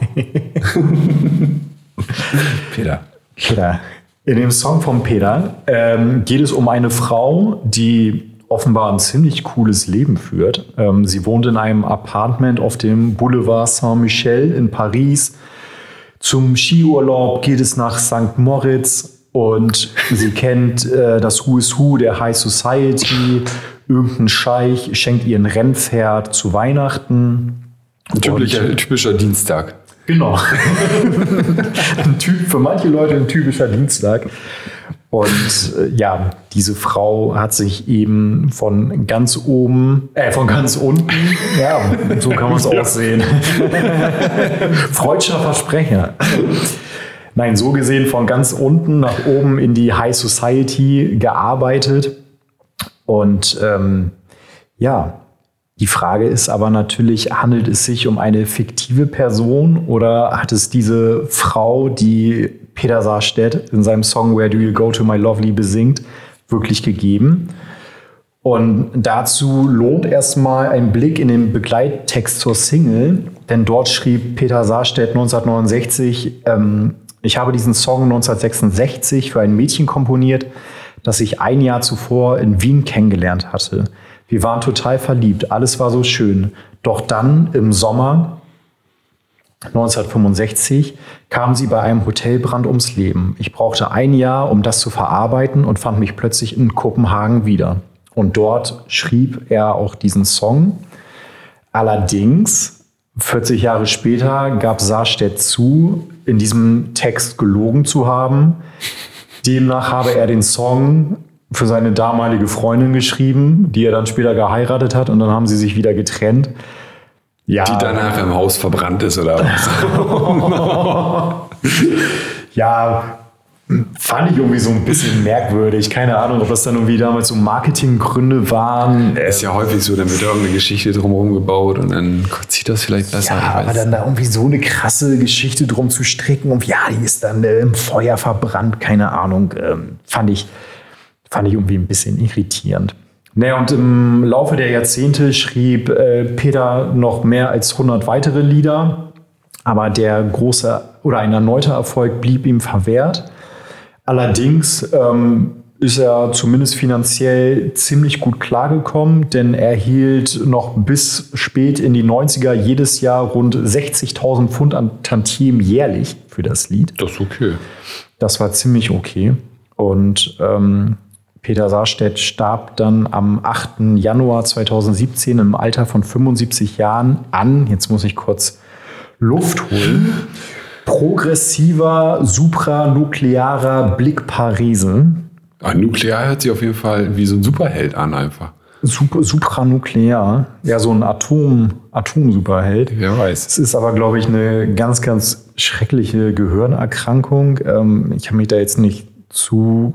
Peter. Peter. In dem Song von Peter ähm, geht es um eine Frau, die offenbar ein ziemlich cooles Leben führt. Ähm, sie wohnt in einem Apartment auf dem Boulevard Saint-Michel in Paris. Zum Skiurlaub geht es nach Sankt Moritz und sie kennt äh, das Who is Who der High Society. Irgendein Scheich schenkt ihr ein Rennpferd zu Weihnachten. Ein typischer, typischer Dienstag. Genau. ein typ, für manche Leute ein typischer Dienstag. Und äh, ja, diese Frau hat sich eben von ganz oben, äh, von ganz unten, ja, so kann man es auch sehen. Freudscher Versprecher. Nein, so gesehen von ganz unten nach oben in die High Society gearbeitet. Und ähm, ja, Die Frage ist aber natürlich, handelt es sich um eine fiktive Person oder hat es diese Frau, die Peter Sarstedt in seinem Song Where Do You Go To My Lovely besingt, wirklich gegeben? Und dazu lohnt erstmal ein Blick in den Begleittext zur Single, denn dort schrieb Peter Sarstedt neunzehnhundertneunundsechzig, ähm, ich habe diesen Song neunzehnhundertsechsundsechzig für ein Mädchen komponiert, das ich ein Jahr zuvor in Wien kennengelernt hatte. Wir waren total verliebt, alles war so schön. Doch dann im Sommer neunzehnhundertfünfundsechzig kam sie bei einem Hotelbrand ums Leben. Ich brauchte ein Jahr, um das zu verarbeiten und fand mich plötzlich in Kopenhagen wieder. Und dort schrieb er auch diesen Song. Allerdings, vierzig Jahre später, gab Sarstedt zu, in diesem Text gelogen zu haben. Demnach habe er den Song für seine damalige Freundin geschrieben, die er dann später geheiratet hat, und dann haben sie sich wieder getrennt. Ja. Die danach im Haus verbrannt ist, oder was? Ja, fand ich irgendwie so ein bisschen merkwürdig. Keine Ahnung, ob das dann irgendwie damals so Marketinggründe waren. Ist ja häufig so, dann wird irgendeine Geschichte drumherum gebaut und dann zieht das vielleicht besser. Ja, aber dann da irgendwie so eine krasse Geschichte drum zu stricken und ja, die ist dann äh, im Feuer verbrannt, keine Ahnung, ähm, fand ich, fand ich irgendwie ein bisschen irritierend. Naja, und im Laufe der Jahrzehnte schrieb äh, Peter noch mehr als hundert weitere Lieder, aber der große oder ein erneuter Erfolg blieb ihm verwehrt. Allerdings ähm, ist er zumindest finanziell ziemlich gut klargekommen, denn er hielt noch bis spät in die neunziger jedes Jahr rund sechzigtausend Pfund an Tantiemen jährlich für das Lied. Das ist okay. Das war ziemlich okay. Und ähm, Peter Sarstedt starb dann am achten Januar zweitausendsiebzehn im Alter von fünfundsiebzig Jahren an. Jetzt muss ich kurz Luft holen. Progressiver, supranuklearer Blickparese. Ah, nuklear hört sich auf jeden Fall wie so ein Superheld an einfach. Super, supranuklear, ja, so ein Atom, Atom-Superheld. Wer weiß. Es ist aber, glaube ich, eine ganz, ganz schreckliche Gehirnerkrankung. Ähm, ich habe mich da jetzt nicht zu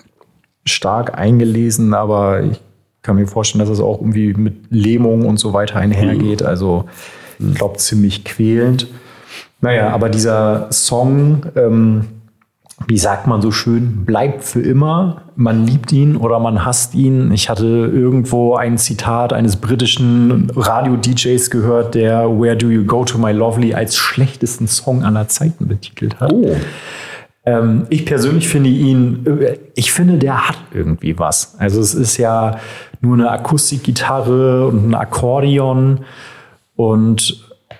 stark eingelesen, aber ich kann mir vorstellen, dass es auch irgendwie mit Lähmung und so weiter einhergeht. Also, ich glaube, ziemlich quälend. Naja, aber dieser Song, ähm, wie sagt man so schön, bleibt für immer. Man liebt ihn oder man hasst ihn. Ich hatte irgendwo ein Zitat eines britischen Radio-D Js gehört, der Where Do You Go To My Lovely als schlechtesten Song aller Zeiten betitelt hat. Oh. Ähm, ich persönlich finde ihn, ich finde, der hat irgendwie was. Also es ist ja nur eine Akustikgitarre und ein Akkordeon und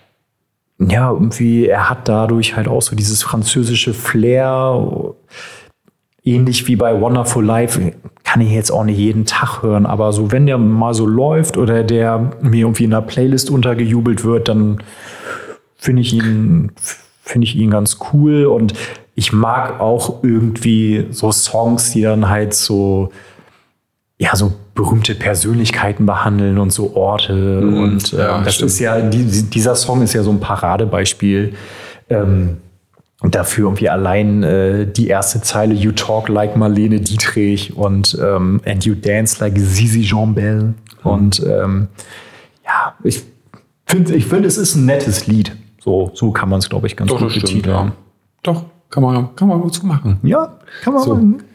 ja, irgendwie, er hat dadurch halt auch so dieses französische Flair, ähnlich wie bei Wonderful Life, kann ich jetzt auch nicht jeden Tag hören, aber so, wenn der mal so läuft oder der mir irgendwie in einer Playlist untergejubelt wird, dann finde ich ihn, finde ich ihn ganz cool und ich mag auch irgendwie so Songs, die dann halt so, ja, so berühmte Persönlichkeiten behandeln und so Orte. Mhm, und äh, ja, das stimmt. Ist ja, die, dieser Song ist ja so ein Paradebeispiel ähm, dafür irgendwie allein äh, die erste Zeile You talk like Marlene Dietrich und ähm, And you dance like Zizi Jean-Bell. Mhm. Und ähm, ja, ich finde, ich find, es ist ein nettes Lied. So, so kann man es, glaube ich, ganz Doch, gut betiteln. Ja. Doch, kann man, kann man gut so machen. Ja, kann man so. machen.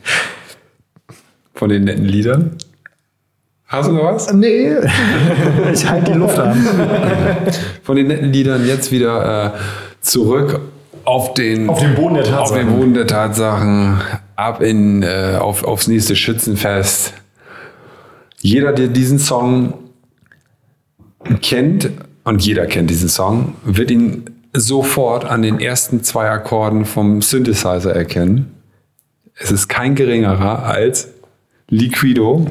Von den netten Liedern. Hast du noch was? Nee, ich halte die Luft an. Von den netten Liedern jetzt wieder äh, zurück auf den, auf den Boden der Tatsachen. Auf den Boden der Tatsachen, ab in, äh, auf, aufs nächste Schützenfest. Jeder, der diesen Song kennt, und jeder kennt diesen Song, wird ihn sofort an den ersten zwei Akkorden vom Synthesizer erkennen. Es ist kein geringerer als Liquido.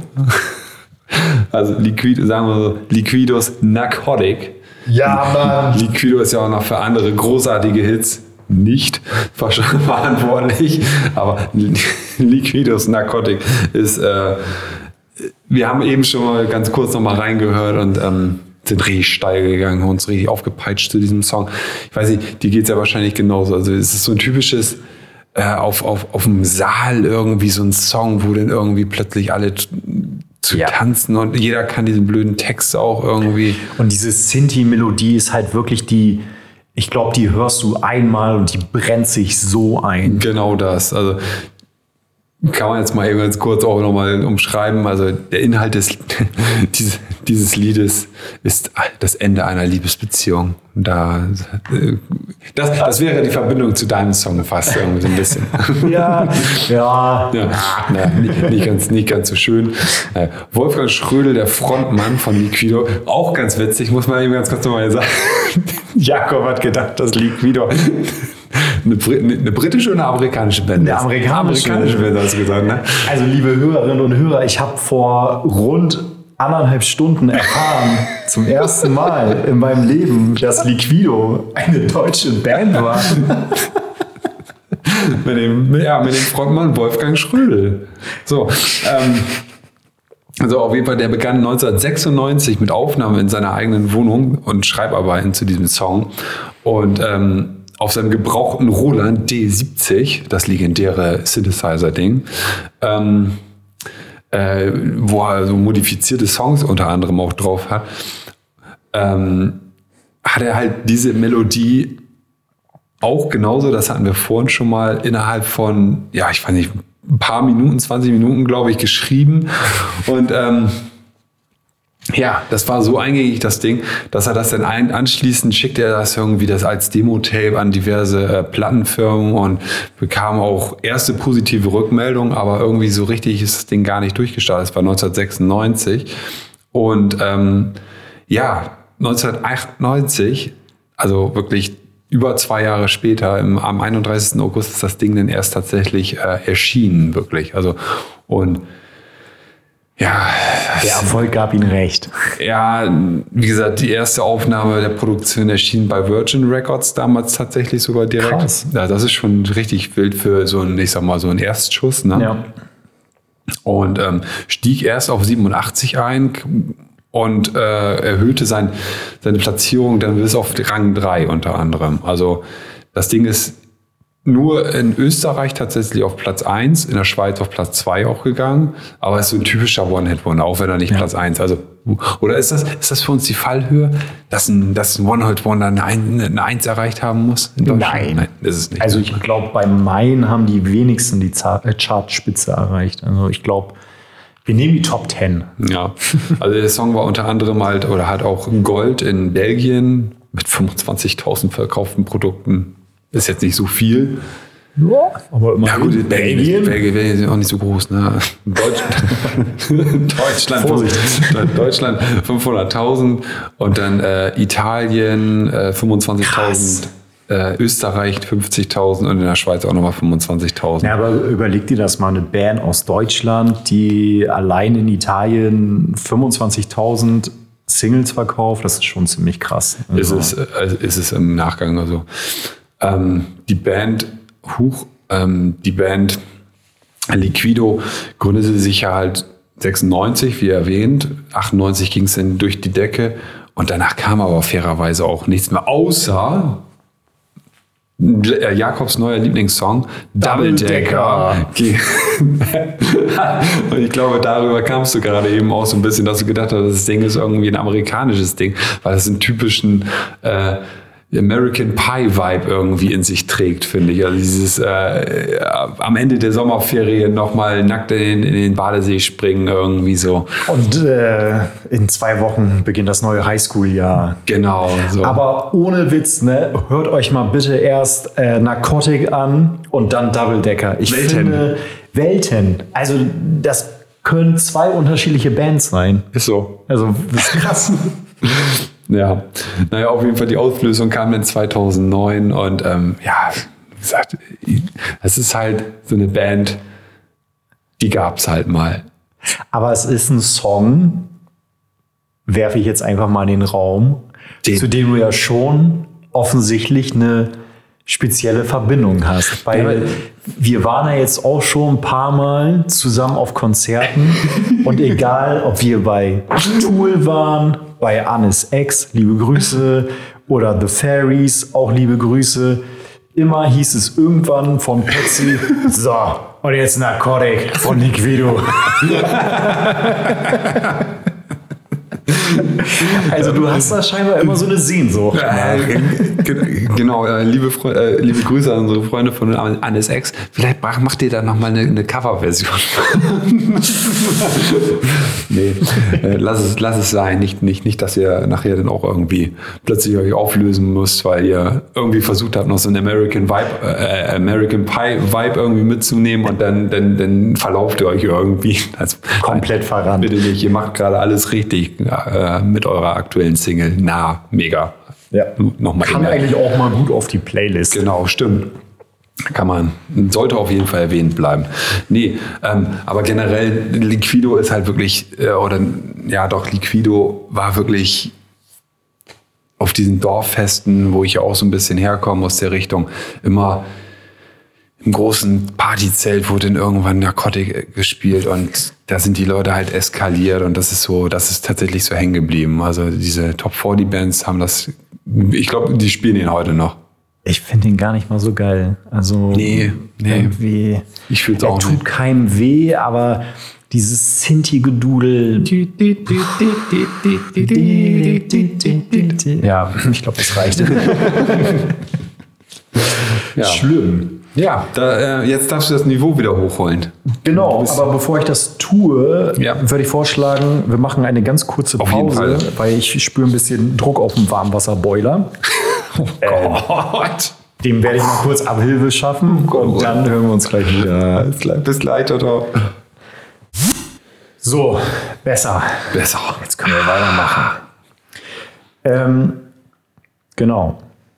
Also Liquido, sagen wir so, Liquidos Narcotic. Ja, Mann. Liquido ist ja auch noch für andere großartige Hits nicht verantwortlich, aber Liquidos Narcotic ist, äh, wir haben eben schon mal ganz kurz noch mal reingehört und ähm, sind richtig steil gegangen, haben uns richtig aufgepeitscht zu diesem Song. Ich weiß nicht, dir geht es ja wahrscheinlich genauso. Also es ist so ein typisches äh, auf, auf, auf dem Saal irgendwie so ein Song, wo dann irgendwie plötzlich alle zu Ja. tanzen und jeder kann diesen blöden Text auch irgendwie. Und diese Sinti-Melodie ist halt wirklich die, ich glaube, die hörst du einmal und die brennt sich so ein. Genau das. Also kann man jetzt mal eben ganz kurz auch nochmal umschreiben. Also der Inhalt des, dieses, dieses Liedes ist das Ende einer Liebesbeziehung. Da, das, das wäre die Verbindung zu deinem Song fast irgendwie so ein bisschen. Ja, ja. Ja, na, nicht, nicht, ganz, nicht ganz so schön. Äh, Wolfgang Schrödel, der Frontmann von Liquido, auch ganz witzig, muss man eben ganz kurz nochmal sagen. Jakob hat gedacht, das Liquido. Eine, Brit- eine britische oder eine amerikanische Band? Eine amerikanische. Amerikanische Band, hast du gesagt, ne? Also, liebe Hörerinnen und Hörer, ich habe vor rund anderthalb Stunden erfahren, zum ersten Mal in meinem Leben, dass Liquido eine deutsche Band war. mit, dem, ja, mit dem Frontmann Wolfgang Schrödel. So, ähm, also auf jeden Fall, der begann neunzehnhundertsechsundneunzig mit Aufnahmen in seiner eigenen Wohnung und Schreibarbeiten zu diesem Song. Und ähm, auf seinem gebrauchten Roland D siebzig, das legendäre Synthesizer-Ding, ähm, äh, wo er so modifizierte Songs unter anderem auch drauf hat, ähm, hat er halt diese Melodie auch genauso, das hatten wir vorhin schon mal, innerhalb von, ja, ich weiß nicht, ein paar Minuten, zwanzig Minuten, glaube ich, geschrieben. Und ähm, ja, das war so eingängig, das Ding, dass er das dann ein, anschließend schickte er das irgendwie das als Demo-Tape an diverse äh, Plattenfirmen und bekam auch erste positive Rückmeldungen, aber irgendwie so richtig ist das Ding gar nicht durchgestartet. Das war neunzehnhundertsechsundneunzig. Und ähm, ja, neunzehnhundertachtundneunzig, also wirklich über zwei Jahre später, im, am einunddreißigsten August ist das Ding dann erst tatsächlich äh, erschienen, wirklich. Also, und ja. Der Erfolg gab ihm recht. Ja, wie gesagt, die erste Aufnahme der Produktion erschien bei Virgin Records damals tatsächlich sogar direkt. Krass. Ja, das ist schon richtig wild für so einen, ich sag mal, so einen Erstschuss, ne? Ja. Und ähm, stieg erst auf siebenundachtzig ein und äh, erhöhte sein, seine Platzierung dann bis auf Rang drei unter anderem. Also das Ding ist nur in Österreich tatsächlich auf Platz eins, in der Schweiz auf Platz zwei auch gegangen, aber es ist so ein typischer One-Hit-Wonder, auch wenn er nicht Ja. Platz eins. Also, oder ist das, ist das für uns die Fallhöhe, dass ein, dass ein One-Hit-Wonder eine, eine eins erreicht haben muss in Deutschland? Nein. Nein, ist es nicht. Also ich glaube, bei Main haben die wenigsten die Za- äh, Chartspitze erreicht. Also ich glaube, wir nehmen die Top Ten. Ja, also der Song war unter anderem halt, oder hat auch Gold in Belgien mit fünfundzwanzigtausend verkauften Produkten. Ist jetzt nicht so viel. Ja, aber immer Ja gut, Belgien, Belgien, Belgien ist auch nicht so groß. Ne? Deutschland, Deutschland, Vorsicht. Deutschland fünfhunderttausend und dann äh, Italien äh, fünfundzwanzigtausend, äh, Österreich fünfzigtausend und in der Schweiz auch nochmal fünfundzwanzigtausend. Ja, aber überleg dir das mal, eine Band aus Deutschland, die allein in Italien fünfundzwanzigtausend Singles verkauft, das ist schon ziemlich krass. Ist, Also, es, äh, ist es im Nachgang also. Ähm, die Band Huch, ähm, die Band Liquido gründete sich ja halt sechsundneunzig, wie erwähnt. achtundneunzig ging es dann durch die Decke und danach kam aber fairerweise auch nichts mehr, außer äh, Jakobs neuer Lieblingssong Double Decker. Und ich glaube, darüber kamst du gerade eben auch so ein bisschen, dass du gedacht hast, das Ding ist irgendwie ein amerikanisches Ding, weil es einen typischen äh, American Pie Vibe irgendwie in sich trägt, finde ich. Also dieses äh, am Ende der Sommerferien nochmal nackt in, in den Badesee springen irgendwie so. und äh, in zwei Wochen beginnt das neue Highschool-Jahr. Genau. So. Aber ohne Witz, ne? Hört euch mal bitte erst äh, Narcotic an und dann Double Decker. Ich Welten. finde Welten. Also das können zwei unterschiedliche Bands sein. ist so. Also das ist krass. Ja, naja, auf jeden Fall die Auslösung kam dann zweitausendneun und ähm, ja, wie gesagt, es ist halt so eine Band, die gab's halt mal. Aber es ist ein Song, werfe ich jetzt einfach mal in den Raum, Den- zu dem du ja schon offensichtlich eine spezielle Verbindung hast. Weil Ja, weil- wir waren ja jetzt auch schon ein paar Mal zusammen auf Konzerten und egal, ob wir bei Tool waren, bei Annis X, liebe Grüße, oder The Fairies, auch liebe Grüße, immer hieß es irgendwann von Pepsi, so, und jetzt Narcotic von Liquido. Also du hast da scheinbar immer so eine Sehnsucht. Genau, liebe, Fre- äh, liebe Grüße an unsere Freunde von Anis X. Vielleicht macht ihr da nochmal eine, eine Coverversion. Nee, äh, lass, es, lass es sein. Nicht, nicht, nicht, dass ihr nachher dann auch irgendwie plötzlich euch auflösen müsst, weil ihr irgendwie versucht habt, noch so einen American Vibe, äh, American Pie Vibe irgendwie mitzunehmen und dann, dann, dann verlauft ihr euch irgendwie. Also, Komplett verrannt. Bitte nicht, ihr macht gerade alles richtig äh, mit eurer aktuellen Single. Na, mega. Ja. Nochmal Kann eben. eigentlich auch mal gut auf die Playlist. Genau, stimmt. Kann man, sollte auf jeden Fall erwähnt bleiben. Nee, ähm, aber generell, Liquido ist halt wirklich, äh, oder ja doch, Liquido war wirklich auf diesen Dorffesten, wo ich ja auch so ein bisschen herkomme aus der Richtung, immer im großen Partyzelt wurde dann irgendwann Narcotic gespielt und da sind die Leute halt eskaliert und das ist so, das ist tatsächlich so hängen geblieben. Also diese Top vierzig Bands haben das, ich glaube, die spielen ihn heute noch. Ich finde ihn gar nicht mal so geil. Also Nee, nee. irgendwie. Ich fühl's er auch tut nicht. keinem weh, aber dieses Sinti-Gedudel. Ja, ich glaube, das reicht. Ja. Schlimm. Ja, da, äh, jetzt darfst du das Niveau wieder hochholen. Genau, aber bevor ich das tue, Ja. würde ich vorschlagen, wir machen eine ganz kurze Auf jeden Pause, Fall. weil ich spüre ein bisschen Druck auf dem Warmwasserboiler. Oh Gott. Dem werde ich mal kurz Abhilfe schaffen und dann hören wir uns gleich wieder. Bis gleich, bis gleich, Toto. So, besser. Besser. Jetzt können wir weitermachen. Ähm, genau.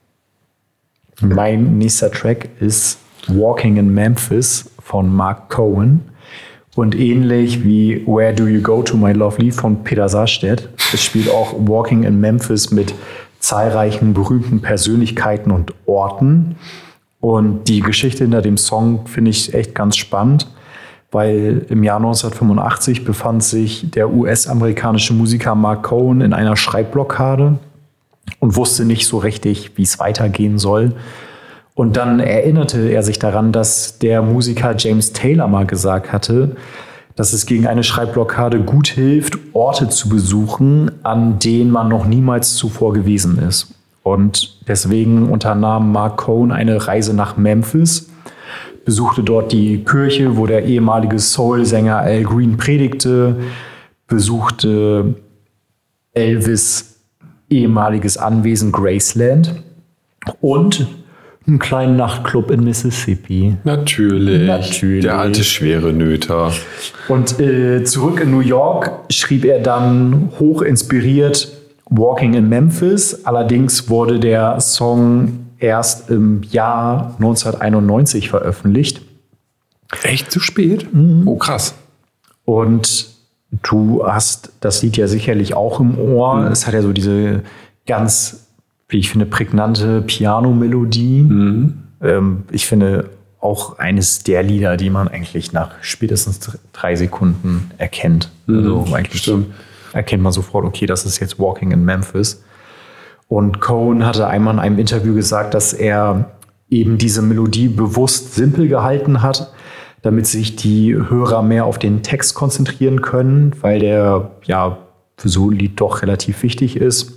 Mein nächster Track ist Walking in Memphis von Mark Cohen. Und ähnlich wie Where Do You Go to My Lovely von Peter Sarstedt, es spielt auch Walking in Memphis mit zahlreichen berühmten Persönlichkeiten und Orten. Und die Geschichte hinter dem Song finde ich echt ganz spannend, weil im Jahr neunzehnhundertfünfundachtzig befand sich der U S-amerikanische Musiker Mark Cohen in einer Schreibblockade und wusste nicht so richtig, wie es weitergehen soll. Und dann erinnerte er sich daran, dass der Musiker James Taylor mal gesagt hatte, dass es gegen eine Schreibblockade gut hilft, Orte zu besuchen, an denen man noch niemals zuvor gewesen ist. Und deswegen unternahm Mark Cohen eine Reise nach Memphis, besuchte dort die Kirche, wo der ehemalige Soul-Sänger Al Green predigte, besuchte Elvis' ehemaliges Anwesen Graceland und einen kleinen Nachtclub in Mississippi. Natürlich. Natürlich. Der alte schwere Nöter. Und äh, zurück in New York schrieb er dann hoch inspiriert Walking in Memphis. Allerdings wurde der Song erst im Jahr neunzehnhunderteinundneunzig veröffentlicht. Echt zu spät? Mhm. Oh, krass. Und du hast das Lied ja sicherlich auch im Ohr. Mhm. Es hat ja so diese ganz, wie ich finde, prägnante Piano-Melodie. Mhm. Ähm, ich finde auch eines der Lieder, die man eigentlich nach spätestens drei Sekunden erkennt. Also eigentlich stimmt. erkennt man sofort, okay, das ist jetzt Walking in Memphis. Und Cohen hatte einmal in einem Interview gesagt, dass er eben diese Melodie bewusst simpel gehalten hat, damit sich die Hörer mehr auf den Text konzentrieren können, weil der ja für so ein Lied doch relativ wichtig ist.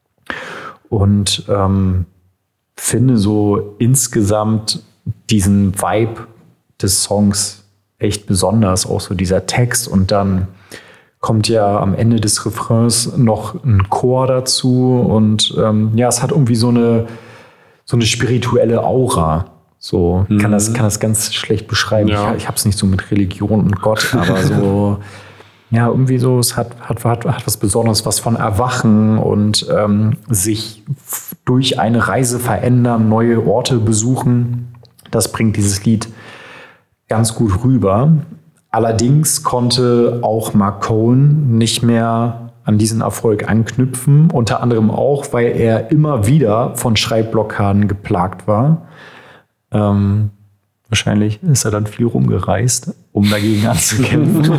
Und ähm, finde so insgesamt diesen Vibe des Songs echt besonders, auch so dieser Text. Und dann kommt ja am Ende des Refrains noch ein Chor dazu. Und ähm, ja, es hat irgendwie so eine, so eine spirituelle Aura. So, ich kann das, kann das ganz schlecht beschreiben. Ja. Ich, ich habe es nicht so mit Religion und Gott, aber so, ja, irgendwie so, es hat, hat, hat, hat was Besonderes, was von Erwachen und ähm, sich f- durch eine Reise verändern, neue Orte besuchen. Das bringt dieses Lied ganz gut rüber. Allerdings konnte auch Mark Cohen nicht mehr an diesen Erfolg anknüpfen, unter anderem auch, weil er immer wieder von Schreibblockaden geplagt war. Ähm, wahrscheinlich ist er dann viel rumgereist, um dagegen anzukämpfen.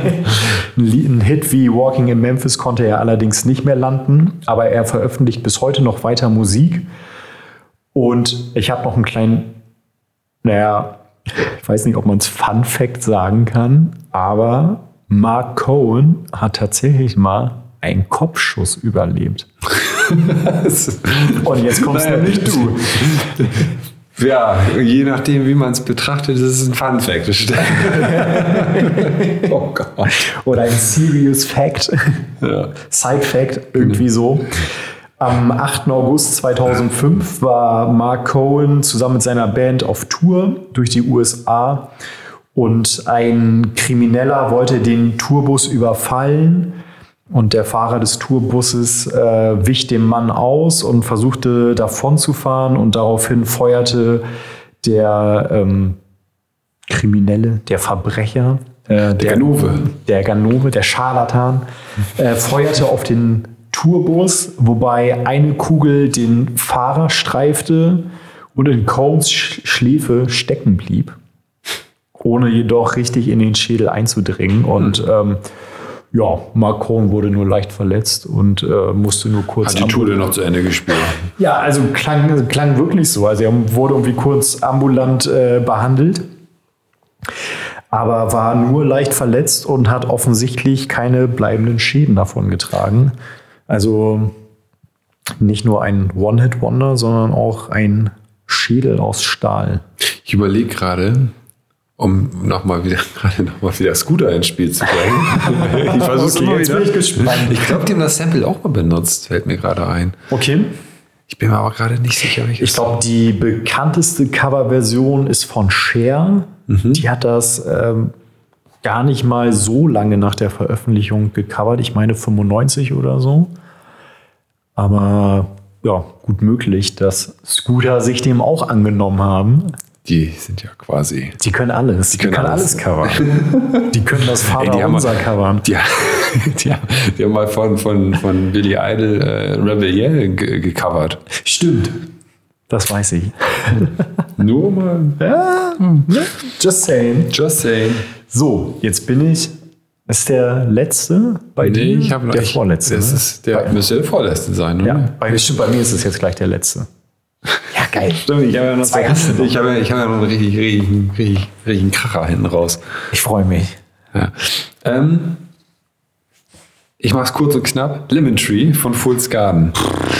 Ein Hit wie Walking in Memphis konnte er allerdings nicht mehr landen, aber er veröffentlicht bis heute noch weiter Musik. Und ich habe noch einen kleinen, naja, ich weiß nicht, ob man es Fun Fact sagen kann, aber Mark Cohen hat tatsächlich mal einen Kopfschuss überlebt. Und jetzt kommst naja, nämlich du. Ja, je nachdem, wie man es betrachtet, ist es ein Fun Fact. Oh Gott. Oder ein Serious Fact. Ja. Side Fact, irgendwie so. Am achten August zweitausendfünf war Mark Cohen zusammen mit seiner Band auf Tour durch die U S A und ein Krimineller wollte den Tourbus überfallen und der Fahrer des Tourbusses äh, wich dem Mann aus und versuchte davon zu fahren und daraufhin feuerte der ähm, Kriminelle, der Verbrecher, äh, der, der Ganove, der Ganove, der Scharlatan, äh, feuerte auf den Tourbus, wobei eine Kugel den Fahrer streifte und in Coens Schläfe stecken blieb, ohne jedoch richtig in den Schädel einzudringen. Und ähm, ja, Mark Cohen wurde nur leicht verletzt und äh, musste nur kurz... Hat die Tour denn noch zu Ende gespielt? Ja, also klang, klang wirklich so. Also er wurde irgendwie kurz ambulant äh, behandelt, aber war nur leicht verletzt und hat offensichtlich keine bleibenden Schäden davon getragen. Also nicht nur ein One-Hit-Wonder, sondern auch ein Schädel aus Stahl. Ich überlege gerade, um nochmal wieder, gerade nochmal wieder Scooter ins Spiel zu bringen. Ich versuche okay, jetzt bin ich gespannt. Ich glaube, die haben das Sample auch mal benutzt, fällt mir gerade ein. Okay. Ich bin mir aber gerade nicht sicher. Ich glaube, die bekannteste Coverversion ist von Cher. Mhm. Die hat das ähm, gar nicht mal so lange nach der Veröffentlichung gecovert. Ich meine fünfundneunzig oder so. Aber ja, gut möglich, dass Scooter sich dem auch angenommen haben. Die sind ja quasi... Die können alles. Die, die können, können alles covern. Die können das Vaterunser covern. Die, die, die haben mal von, von, von Billy Idol äh, Rebellion ge- gecovert. Stimmt. Das weiß ich. Nur mal... Ja, just saying. Just saying. So, jetzt bin ich... Ist der letzte bei nee, dir? Ich habe der ich, vorletzte. Das ne? ist der bei, müsste der vorletzte sein, oder? Ja, bei, stimmt, bei mir ist es jetzt gleich der letzte. Ja, geil. Stimmt, ich habe ja noch, Zwei noch. Ich habe, ich habe ja noch einen richtig, richtig, richtig, richtig Kracher hinten raus. Ich freue mich. Ja. Ähm, ich mache es kurz und knapp. Lemon Tree von Fool's Garden.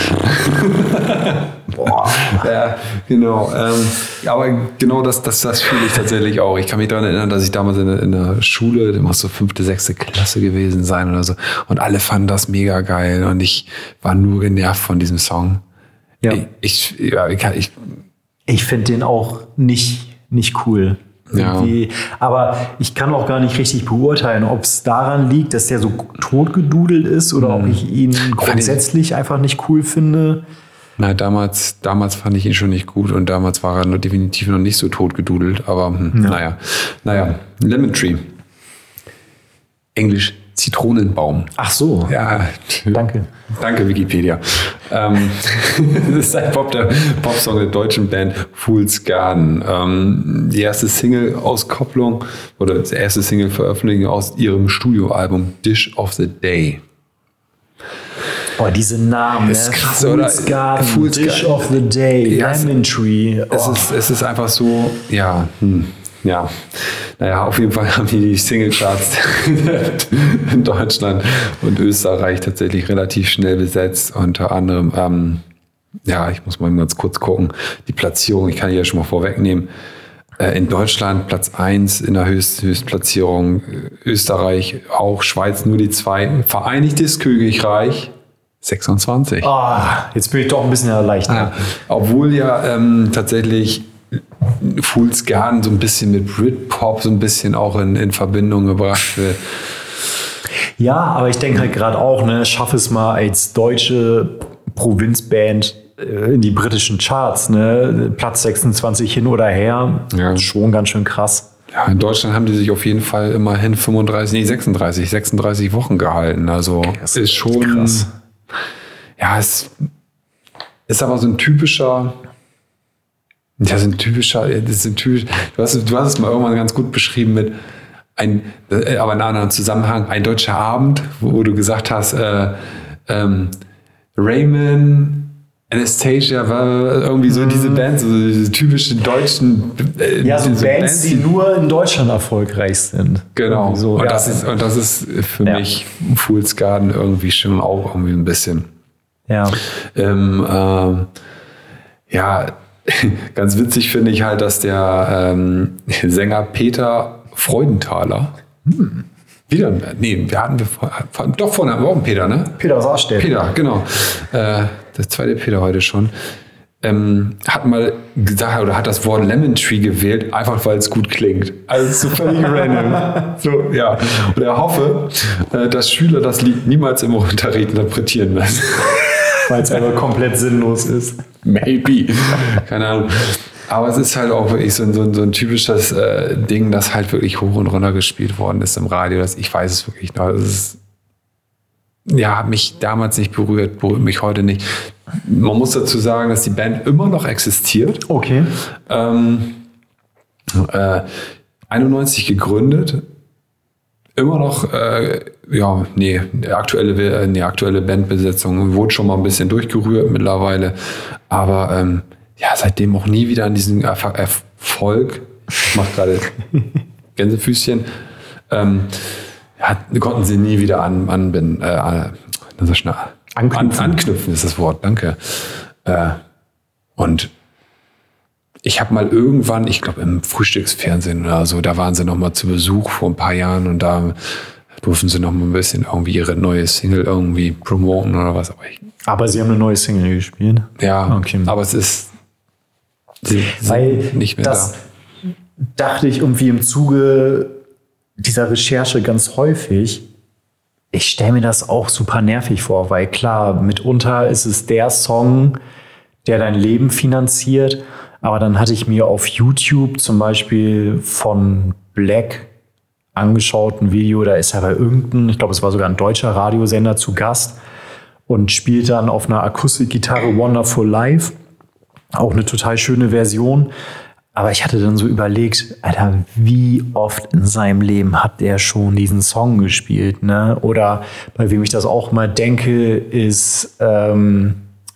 Boah. Ja, genau. Ähm, aber genau das, das, das fühle ich tatsächlich auch. Ich kann mich daran erinnern, dass ich damals in der, in der Schule, das muss so fünfte, sechste Klasse gewesen sein oder so. Und alle fanden das mega geil. Und ich war nur genervt von diesem Song. Ja. Ich, ich, ja, ich, ich, ich finde den auch nicht, nicht cool. Ja. Aber ich kann auch gar nicht richtig beurteilen, ob es daran liegt, dass der so totgedudelt ist oder mhm. ob ich ihn grundsätzlich einfach nicht cool finde. Na, damals, damals fand ich ihn schon nicht gut und damals war er nur definitiv noch nicht so totgedudelt. Aber hm, ja. naja, naja, Lemon Tree. Englisch Zitronenbaum. Ach so. Ja, danke. Danke, Wikipedia. ähm, das ist ein Pop, der Popsong der deutschen Band Fool's Garden. Ähm, die erste Single-Auskopplung oder das erste Single-Veröffentlichung aus ihrem Studioalbum Dish of the Day. Boah, diese Namen. Ist krass, Fool's oder? Garden, Fool's Dish Garden. of the Day, Ja, Lemon Tree. Oh. Es, ist, es ist einfach so, ja, hm, ja. Naja, auf jeden Fall haben die die Singlecharts in Deutschland und Österreich tatsächlich relativ schnell besetzt. Unter anderem, ähm, ja, ich muss mal ganz kurz gucken, die Platzierung, ich kann die ja schon mal vorwegnehmen. Äh, in Deutschland Platz eins in der Höchst, Höchstplatzierung, Österreich auch, Schweiz nur die zwei, Vereinigtes Königreich sechsundzwanzig. Oh, jetzt bin ich doch ein bisschen erleichtert. Ja, obwohl ja ähm, tatsächlich Fool's Garden so ein bisschen mit Britpop so ein bisschen auch in, in Verbindung gebracht wird. Ja, aber ich denke halt gerade auch, ne, schaff es mal als deutsche Provinzband äh, in die britischen Charts, ne, Platz sechsundzwanzig hin oder her, Ja. schon ganz schön krass. Ja, in Deutschland haben die sich auf jeden Fall immerhin fünfunddreißig, nee, sechsunddreißig, sechsunddreißig Wochen gehalten. Also das ist, ist schon krass. Ja, es ist aber so ein typischer. Ja, so ein typischer, das ist ein typisch, du hast, du hast es mal irgendwann ganz gut beschrieben mit ein, aber in einem anderen Zusammenhang, ein deutscher Abend, wo, wo du gesagt hast, äh, ähm, Raymond, Anastasia war irgendwie so diese Bands, so diese typischen deutschen äh, ja, so Bands, Bands, die nur in Deutschland erfolgreich sind. Genau. So, und, ja. das ist, und das ist für ja. mich Fool's Garden irgendwie schon auch irgendwie ein bisschen. Ja. Ähm, ähm, ja, ganz witzig finde ich halt, dass der ähm, Sänger Peter Freudenthaler hm. Wieder, nee, wir hatten wir vor, doch vorne hatten wir auch einen Peter, ne? Peter aus Arstedt. Peter, genau. Äh, der zweite Peter heute schon. Ähm, hat mal gesagt, oder hat das Wort Lemon Tree gewählt, einfach weil es gut klingt. Also so völlig random. So, ja. Und er hoffe, äh, dass Schüler das Lied niemals im Unterricht interpretieren lassen. Weil es einfach komplett sinnlos ist. Maybe. Keine Ahnung. Aber es ist halt auch wirklich so ein, so ein, so ein typisches äh, Ding, das halt wirklich hoch und runter gespielt worden ist im Radio. Das, ich weiß es wirklich noch. Das ist, ja, hat mich damals nicht berührt, berührt mich heute nicht. Man muss dazu sagen, dass die Band immer noch existiert. Okay. Ähm, äh, einundneunzig gegründet. Immer noch, äh, ja, nee, aktuelle, nee, aktuelle Bandbesetzung wurde schon mal ein bisschen durchgerührt mittlerweile. Aber ähm, ja, seitdem auch nie wieder an diesen Erf- Erfolg, ich mach gerade Gänsefüßchen, ähm, ja, konnten sie nie wieder an, anbinden, äh, das ist schnell, anknüpfen. An, anknüpfen ist das Wort, danke. Äh, und ich habe mal irgendwann, ich glaube im Frühstücksfernsehen oder so, da waren sie noch mal zu Besuch vor ein paar Jahren und da durften sie noch mal ein bisschen irgendwie ihre neue Single irgendwie promoten oder was. Aber, ich, aber sie haben eine neue Single gespielt? Ja, okay. Aber es ist sie Weil nicht mehr das da. Dachte ich irgendwie im Zuge dieser Recherche ganz häufig. Ich stelle mir das auch super nervig vor, weil klar, mitunter ist es der Song, der dein Leben finanziert. Aber dann hatte ich mir auf YouTube zum Beispiel von Black angeschaut, ein Video, da ist er bei irgendeinem, ich glaube, es war sogar ein deutscher Radiosender zu Gast und spielt dann auf einer Akustikgitarre Wonderful Life. Auch eine total schöne Version. Aber ich hatte dann so überlegt, Alter, wie oft in seinem Leben hat der schon diesen Song gespielt, ne? Oder bei wem ich das auch mal denke, ist ähm,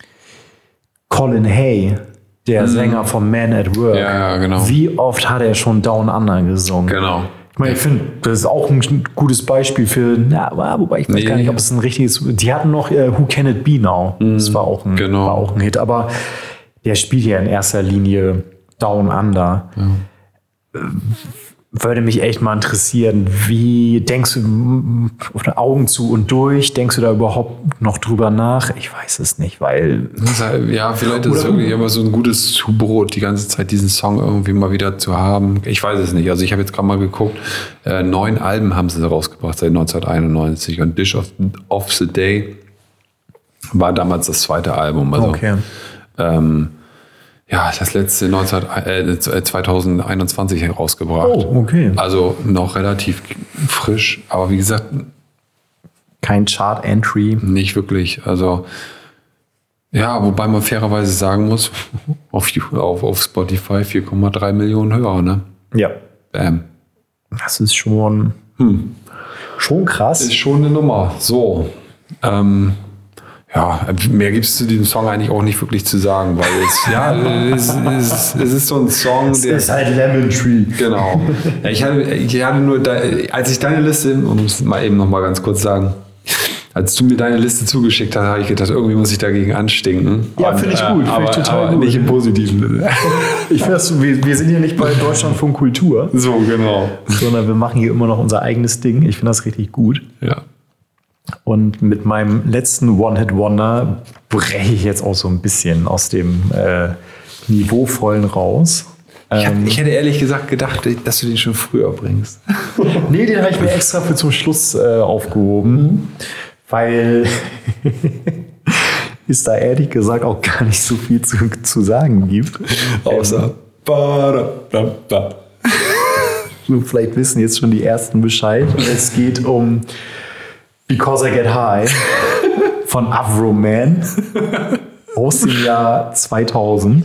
Colin Hay, der mhm. Sänger von Man at Work. Ja, ja, genau. Wie oft hat er schon Down Under gesungen? Genau. Ich meine, ich finde, das ist auch ein gutes Beispiel für, na, wobei ich weiß nee. gar nicht, ob es ein richtiges, die hatten noch uh, Who Can It Be Now? Mhm. Das war auch, ein, genau. war auch ein Hit, aber der spielt ja in erster Linie Down Under. Ja. Würde mich echt mal interessieren, wie denkst du, Augen zu und durch, denkst du da überhaupt noch drüber nach? Ich weiß es nicht, weil... Ja, vielleicht ist es wirklich immer so ein gutes Zubrot, die ganze Zeit diesen Song irgendwie mal wieder zu haben. Ich weiß es nicht. Also ich habe jetzt gerade mal geguckt, äh, neun Alben haben sie rausgebracht seit neunzehnhunderteinundneunzig und Dish of, of the Day war damals das zweite Album. Also, okay. Ähm, ja, das letzte neunzehn, äh, zweitausendeinundzwanzig herausgebracht. Oh, okay. Also noch relativ frisch, aber wie gesagt... Kein Chart-Entry. Nicht wirklich, also... Ja, wobei man fairerweise sagen muss, auf, auf, auf Spotify vier Komma drei Millionen Hörer, ne? Ja. Bam. Das ist schon... Hm. Schon krass. Ist schon eine Nummer. So, ähm... Ja, mehr gibt es zu diesem Song eigentlich auch nicht wirklich zu sagen, weil es, ja, es, es, es ist so ein Song, es der... Es ist halt Lemon Tree. Genau. Ja, ich, hatte, ich hatte nur, da, als ich deine Liste, um es mal eben noch mal ganz kurz sagen, als du mir deine Liste zugeschickt hast, habe ich gedacht, irgendwie muss ich dagegen anstinken. Ja, finde ich gut, äh, finde ich total aber gut. Nicht im Positiven. Ich finde das, wir, wir sind hier nicht bei Deutschlandfunk Kultur. So, genau. Sondern wir machen hier immer noch unser eigenes Ding. Ich finde das richtig gut. Ja. Und mit meinem letzten One-Hit-Wonder breche ich jetzt auch so ein bisschen aus dem äh, Niveauvollen raus. Ich, hab, ich hätte ehrlich gesagt gedacht, dass du den schon früher bringst. Nee, den habe ich mir extra für zum Schluss äh, aufgehoben, mhm. weil es da ehrlich gesagt auch gar nicht so viel zu, zu sagen gibt. Außer ähm, vielleicht wissen jetzt schon die Ersten Bescheid. Es geht um Because I Get High von Avro Man aus dem Jahr zweitausend.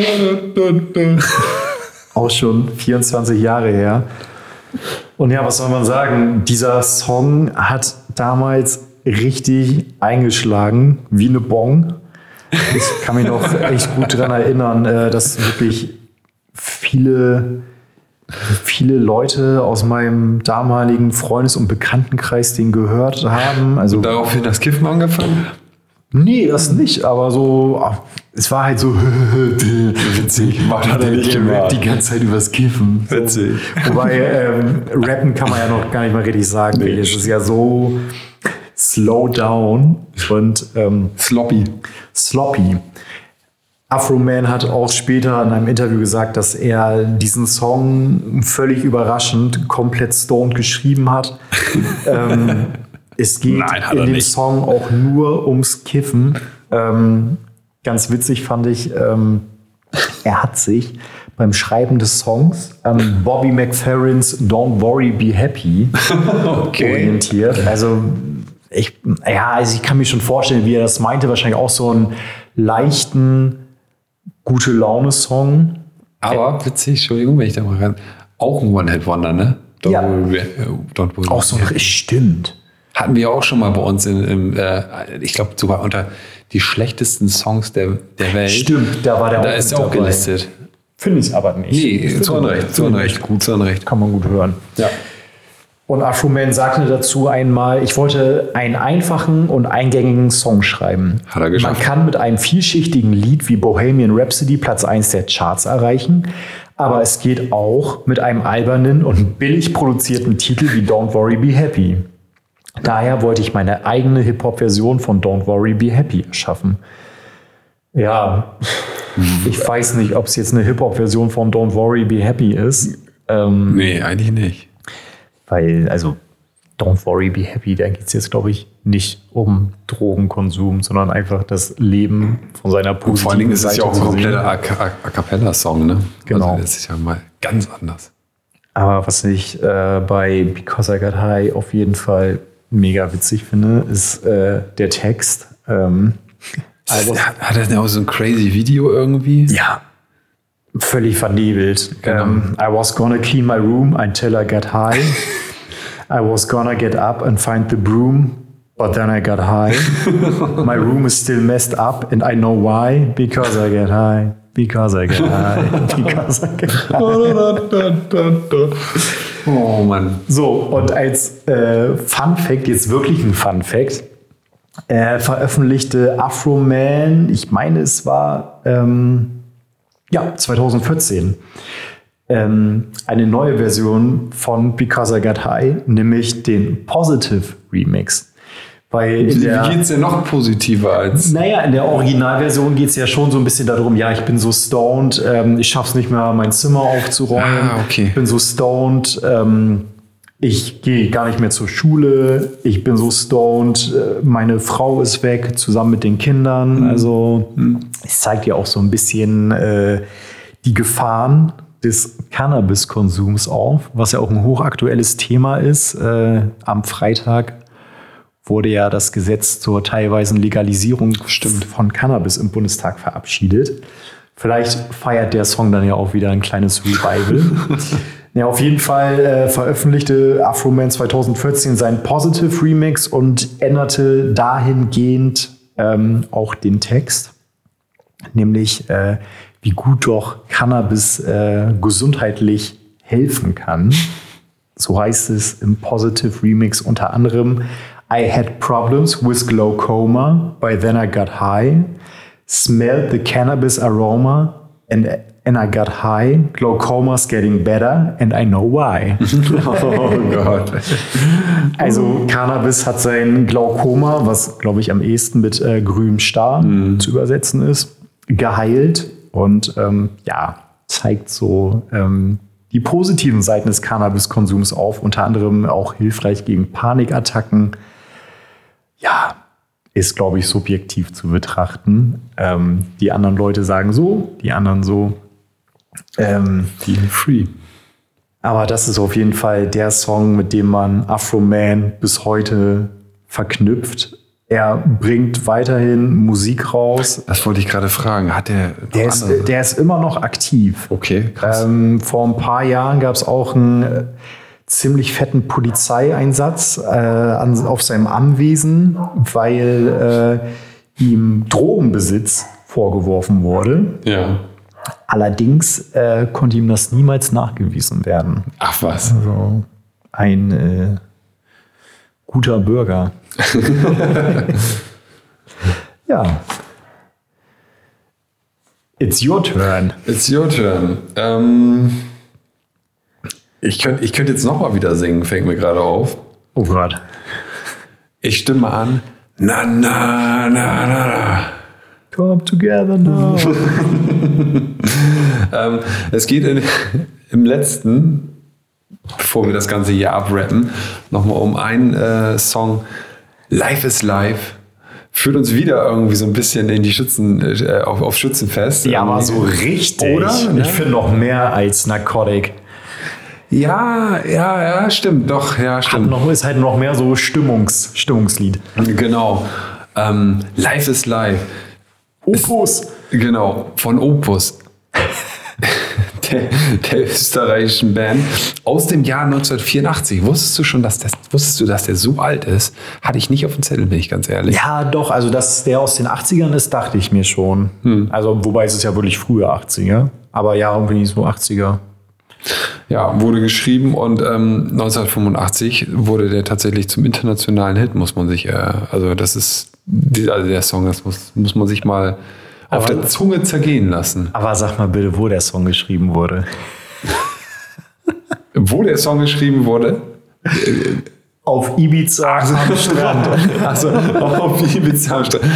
Auch schon vierundzwanzig Jahre her. Und ja, was soll man sagen? Dieser Song hat damals richtig eingeschlagen, wie eine Bong. Ich kann mich noch echt gut daran erinnern, dass wirklich viele, viele Leute aus meinem damaligen Freundes- und Bekanntenkreis den gehört haben. Also, und daraufhin das Kiffen angefangen? Nee, das nicht, aber so, es war halt so witzig. Macht hat er nicht gemacht. Die ganze Zeit übers Kiffen. So. Witzig. Wobei, ähm, rappen kann man ja noch gar nicht mal richtig sagen. Nee. Es ist ja so slow down und ähm, sloppy. Sloppy. Afroman hat auch später in einem Interview gesagt, dass er diesen Song völlig überraschend komplett stoned geschrieben hat. ähm, Es geht Nein, in dem nicht. Song auch nur ums Kiffen. Ähm, ganz witzig fand ich, ähm, er hat sich beim Schreiben des Songs an Bobby McFerrins Don't Worry, Be Happy okay. orientiert. Also ich, ja, also ich kann mir schon vorstellen, wie er das meinte. Wahrscheinlich auch so einen leichten, Gute-Laune-Song. Aber witzig, Entschuldigung, wenn ich da mal ran. Auch ein One-Hit-Wonder, ne? Don't Ja. worry, don't worry. Auch so ein, stimmt. Hatten wir auch schon mal bei uns in, in äh, ich glaube sogar unter die schlechtesten Songs der, der Welt. Stimmt, da war der Da auch ist mit er auch dabei. gelistet. Finde ich aber nicht. Nee, Ich zu finde- Unrecht, zu finde Unrecht, ich gut. zu Unrecht. Kann man gut hören. Ja. Und Afroman sagte dazu einmal, ich wollte einen einfachen und eingängigen Song schreiben. Hat er geschafft. Man kann mit einem vielschichtigen Lied wie Bohemian Rhapsody Platz eins der Charts erreichen, aber es geht auch mit einem albernen und billig produzierten Titel wie Don't Worry, Be Happy. Daher wollte ich meine eigene Hip-Hop-Version von Don't Worry, Be Happy erschaffen. Ja, ich weiß nicht, ob es jetzt eine Hip-Hop-Version von Don't Worry, Be Happy ist. Ähm, Nee, eigentlich nicht. Weil, also, Don't Worry, Be Happy, da geht es jetzt, glaube ich, nicht um Drogenkonsum, sondern einfach das Leben von seiner positiven Vor allen Dingen ist es ja auch ein zu sehen. kompletter A, A, A Cappella-Song, ne? Genau. Also das ist ja mal ganz anders. Aber was ich äh, bei Because I Got High auf jeden Fall mega witzig finde, ist äh, der Text. Ähm, Also, hat er denn auch so ein crazy Video irgendwie? ja, völlig vernebelt. Genau. Ähm, I was gonna clean my room until I got high. I was gonna get up and find the broom, but then I got high. My room is still messed up and I know why. Because I get high. Because I get high. Because I get high. Oh Mann. So, und als äh, Fun Fact, jetzt wirklich ein Fun Fact, äh, veröffentlichte Afroman, ich meine, es war ähm, ja, zwanzig vierzehn, ähm, eine neue Version von Because I Got High, nämlich den Positive Remix. Weil in Wie der, geht's denn noch positiver als? naja, in der Originalversion geht es ja schon so ein bisschen darum, ja, ich bin so stoned, ähm, ich schaff's nicht mehr, mein Zimmer aufzuräumen. Ah, okay. Ich bin so stoned, ähm, ich gehe gar nicht mehr zur Schule, ich bin so stoned, äh, meine Frau ist weg, zusammen mit den Kindern. Also es zeigt ja auch so ein bisschen äh, die Gefahren des Cannabiskonsums auf, was ja auch ein hochaktuelles Thema ist. Äh, am Freitag wurde ja das Gesetz zur teilweisen Legalisierung Stimmt. von Cannabis im Bundestag verabschiedet. Vielleicht feiert der Song dann ja auch wieder ein kleines Revival. Ja, auf jeden Fall äh, veröffentlichte Afroman zwanzig vierzehn seinen Positive Remix und änderte dahingehend ähm, auch den Text, nämlich äh, wie gut doch Cannabis äh, gesundheitlich helfen kann. So heißt es im Positive Remix unter anderem: I had problems with glaucoma, by then I got high, smelled the cannabis aroma and, and I got high, glaucoma's getting better and I know why. Oh Gott. Also Cannabis hat sein Glaukoma, was glaube ich am ehesten mit äh, grünem Star Mhm. zu übersetzen ist, geheilt und ähm, ja, zeigt so ähm, die positiven Seiten des Cannabiskonsums auf, unter anderem auch hilfreich gegen Panikattacken. Ja, ist, glaube ich, subjektiv zu betrachten. Ähm, die anderen Leute sagen so, die anderen so. Ähm, Die Free. aber das ist auf jeden Fall der Song, mit dem man Afroman bis heute verknüpft. Er bringt weiterhin Musik raus. Das wollte ich gerade fragen. Hat der. Der ist, der ist immer noch aktiv. Okay, krass. Ähm, vor ein paar Jahren gab es auch einen äh, ziemlich fetten Polizeieinsatz äh, an, auf seinem Anwesen, weil äh, ihm Drogenbesitz vorgeworfen wurde. Ja. Allerdings äh, konnte ihm das niemals nachgewiesen werden. Ach was. Also ein äh, guter Bürger. Ja. It's your turn. It's your turn. Ähm, ich könnte ich könnt jetzt noch mal wieder singen, fängt mir gerade auf. Oh Gott. Ich stimme mal an. Na, na, na, na, na. Come together now. ähm, es geht in, im letzten, bevor wir das ganze hier abrappen, nochmal um einen äh, Song. Life is Life. Führt uns wieder irgendwie so ein bisschen in die Schützen, äh, auf, auf Schützenfest. Ja, aber so richtig. Oder? Ich finde noch mehr als Narcotic. Ja, ja, ja, stimmt, doch, ja, Hat stimmt. noch, ist halt noch mehr so Stimmungs, Stimmungslied. Genau. Ähm, Life is Life. Opus. Genau, von Opus. der, der österreichischen Band aus dem Jahr neunzehnhundertvierundachtzig. Wusstest du schon, dass das, wusstest du, dass der so alt ist? Hatte ich nicht auf dem Zettel, bin ich ganz ehrlich. Ja, doch, also dass der aus den achtzigern ist, dachte ich mir schon. Hm. Also, wobei es ist ja wirklich frühe achtziger. Aber ja, irgendwie so achtziger. Ja, wurde geschrieben und ähm, neunzehnhundertfünfundachtzig wurde der tatsächlich zum internationalen Hit, muss man sich, äh, also das ist, die, also der Song, das muss, muss man sich mal auf Aber- der Zunge zergehen lassen. Aber sag mal bitte, wo der Song geschrieben wurde. Wo der Song geschrieben wurde? Auf Ibiza am Strand. Also auf Ibiza am Strand.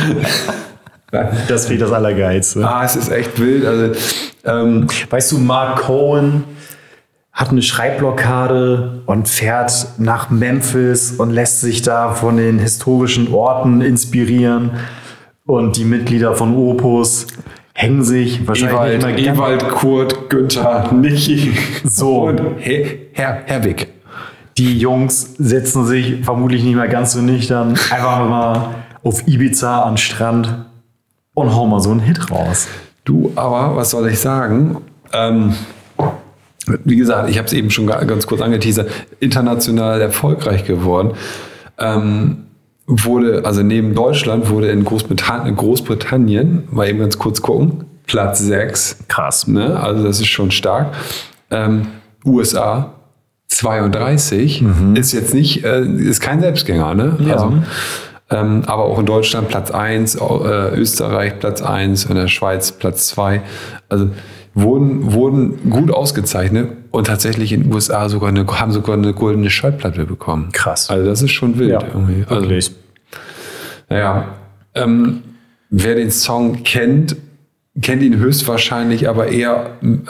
Das finde ich das Allergeilste. Ah, es ist echt wild. Also, ähm, Weißt du, Mark Cohen hat eine Schreibblockade und fährt nach Memphis und lässt sich da von den historischen Orten inspirieren. Und die Mitglieder von Opus hängen sich wahrscheinlich Ewald, nicht mal ganz- Ewald, Kurt, Günther, Niki So. und He Herr Herwig. Die Jungs setzen sich vermutlich nicht mehr ganz so nüchtern einfach mal auf Ibiza an den Strand und hauen mal so einen Hit raus. Du, aber was soll ich sagen? Ähm, wie gesagt, ich habe es eben schon ga- ganz kurz angeteasert, international erfolgreich geworden. Ähm, wurde, also neben Deutschland wurde in Großbritannien, Großbritannien, mal eben ganz kurz gucken, Platz sechs. Krass. Ne? Also das ist schon stark. Ähm, U S A zweiunddreißig, ist jetzt nicht, äh, ist kein Selbstgänger, ne? Ja. Also, ähm, aber auch in Deutschland Platz eins, äh, Österreich Platz eins, in der Schweiz Platz zwei. Also wurden, wurden gut ausgezeichnet und tatsächlich in den U S A sogar eine, haben sogar eine goldene Schallplatte bekommen. Krass. Also das ist schon wild. Ja, irgendwie. Also, wirklich. naja, ähm, wer den Song kennt, kennt ihn höchstwahrscheinlich aber eher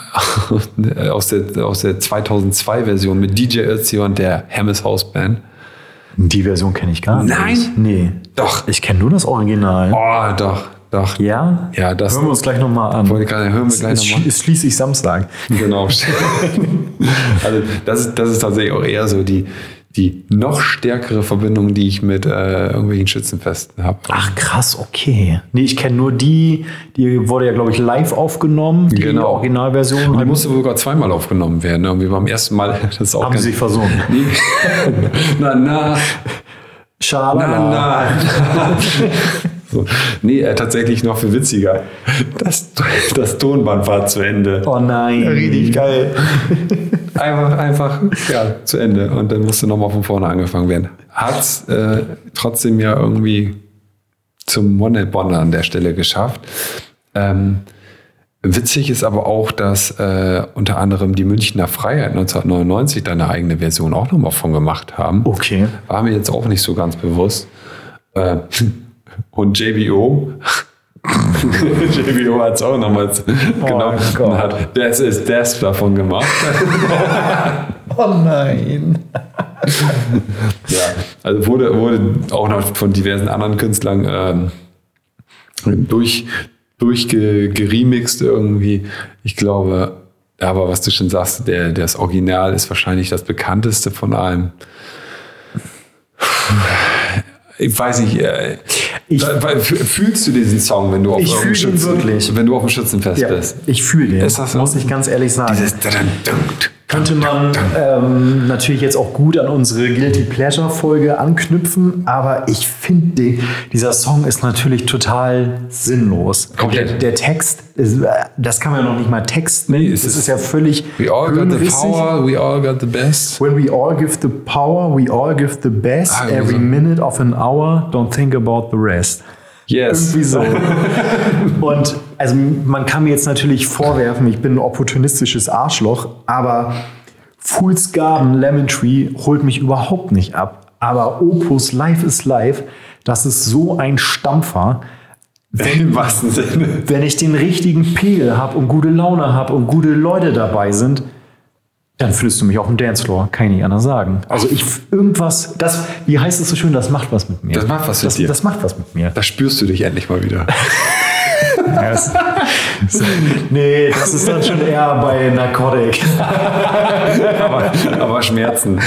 aus der, aus der zweitausendzwei-Version mit D J Ötzi und der Hermes House Band. Die Version kenne ich gar nicht. Nein? Nee. Doch. Ich kenne nur das Original. Oh, doch, doch. Ja? Ja, das Hören wir uns gleich nochmal an. wollte ich gerade hören wir Es gleich ist, nochmal. ist schließlich Samstag. Genau. Also das ist, das ist tatsächlich auch eher so die, die noch stärkere Verbindung, die ich mit äh, irgendwelchen Schützenfesten habe. Ach krass, okay. Nee, ich kenne nur die, die wurde ja, glaube ich, live aufgenommen, die Genau. Originalversion. Und die musste sogar zweimal aufgenommen werden. Irgendwie beim ersten Mal. Das ist auch haben ganz- sie sich versungen. na, na, Schalala. na, na. So. Nee, äh, tatsächlich noch viel witziger. Das, das Tonband war zu Ende. Oh nein. Richtig geil. Einfach, einfach, ja, zu Ende. Und dann musste nochmal von vorne angefangen werden. Hat's äh, trotzdem ja irgendwie zum One-Hit-Wonder an der Stelle geschafft. Ähm, witzig ist aber auch, dass äh, unter anderem die Münchner Freiheit neunzehnhundertneunundneunzig da eine eigene Version auch nochmal von gemacht haben. Okay. War mir jetzt auch nicht so ganz bewusst. Äh, und J B O J B O hat es auch nochmals genau, Gott. und hat This is Death davon gemacht. Oh nein. Ja, also wurde, wurde auch noch von diversen anderen Künstlern ähm, durch, durchgeremixt irgendwie. Ich glaube, aber was du schon sagst, der, das Original ist wahrscheinlich das bekannteste von allem. Ich weiß nicht. Äh, Ich, Da- weil, f- fühlst du diesen Song, wenn du auf, Ich auf dem fühl ihn Schützen- wirklich. wenn du auf dem Schützenfest ja, bist? ich fühle den, Ist das so? muss ich ganz ehrlich sagen. Dieses Könnte man ähm, natürlich jetzt auch gut an unsere Guilty Pleasure Folge anknüpfen, aber ich finde, die, dieser Song ist natürlich total sinnlos. Komplett. Der, der Text, ist, äh, das kann man noch nicht mal texten. Nee, es das ist- ist ja völlig We all got the hirnrissig. power, we all got the best. When we all give the power, we all give the best. Ah, irgendwie Every so. minute of an hour, don't think about the rest. Yes. Irgendwie so. Und also man kann mir jetzt natürlich vorwerfen, ich bin ein opportunistisches Arschloch, aber Fool's Garden, Lemon Tree holt mich überhaupt nicht ab. Aber Opus Life is Life, das ist so ein Stampfer. Im wahrsten Sinne. Wenn ich den richtigen Pegel habe und gute Laune habe und gute Leute dabei sind, dann findest du mich auf dem Dancefloor, kann ich nicht anders sagen. Also ich irgendwas, das, wie heißt es so schön, das macht was mit mir. Das macht was mit das, dir. Das macht was mit mir. Da spürst du dich endlich mal wieder. Ja, das, nee, das ist dann schon eher bei Narcotic. aber, aber Schmerzen.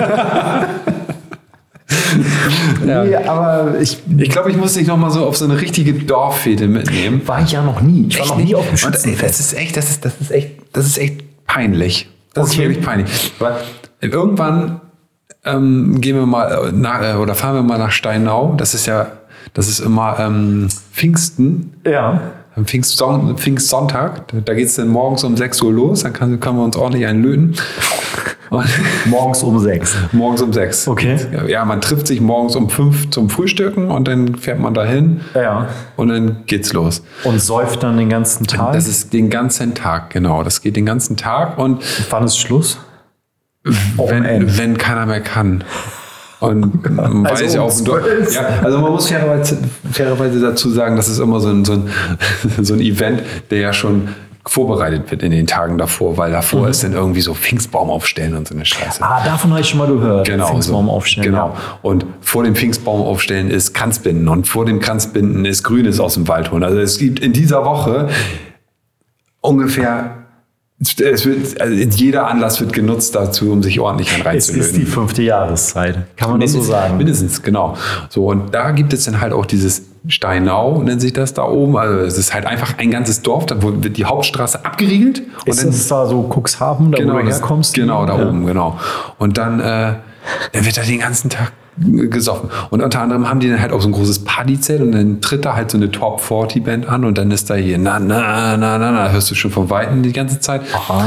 Nee, aber ich Ich glaube, ich muss dich noch mal so auf so eine richtige Dorffete mitnehmen. war ich ja noch nie. Ich war noch nie auf dem Und, ey, Schützenfest. das ist echt, das ist, das ist echt, das ist echt peinlich. Das Okay. ist wirklich peinlich. Weil irgendwann ähm, gehen wir mal nach, oder fahren wir mal nach Steinau. Das ist ja, das ist immer ähm, Pfingsten. Ja. Am Pfingstson- Pfingstsonntag, da geht es dann morgens um sechs Uhr los, dann kann, können wir uns ordentlich einen löten. Und Morgens um sechs. morgens um sechs. Okay. Ja, man trifft sich morgens um fünf zum Frühstücken und dann fährt man dahin Ja. und dann geht's los. Und säuft dann den ganzen Tag. Das ist den ganzen Tag, genau. Das geht den ganzen Tag und Wann ist Schluss? Am wenn, Ende. wenn keiner mehr kann. Und man Also weiß ja um auch, zwölf. ja, also man muss fairerweise, fairerweise dazu sagen, das ist immer so ein, so, ein, so ein Event, der ja schon vorbereitet wird in den Tagen davor, weil davor Mhm. ist dann irgendwie so Pfingstbaum aufstellen und so eine Scheiße. Ah, davon habe ich schon mal gehört. Genau, Pfingstbaum so. aufstellen. Genau. Ja. Und vor dem Pfingstbaum aufstellen ist Kranzbinden und vor dem Kranzbinden ist Grünes aus dem Wald holen. Also es gibt in dieser Woche ungefähr, es wird, also jeder Anlass wird genutzt dazu, um sich ordentlich an Es ist die reinzulöten. fünfte Jahreszeit. Kann man das so sagen? Mindestens, genau. So, und da gibt es dann halt auch dieses Steinau, nennt sich das da oben. Also es ist halt einfach ein ganzes Dorf, da wird die Hauptstraße abgeriegelt. Und Ist dann das da so Cuxhaven, da wo du das- herkommst? Genau, da Ja. oben, genau. Und dann, äh, dann wird da den ganzen Tag gesoffen. Und unter anderem haben die dann halt auch so ein großes Partyzelt und dann tritt da halt so eine Top vierzig Band an und dann ist da hier na, na, na, na, na, hörst du schon von Weitem die ganze Zeit.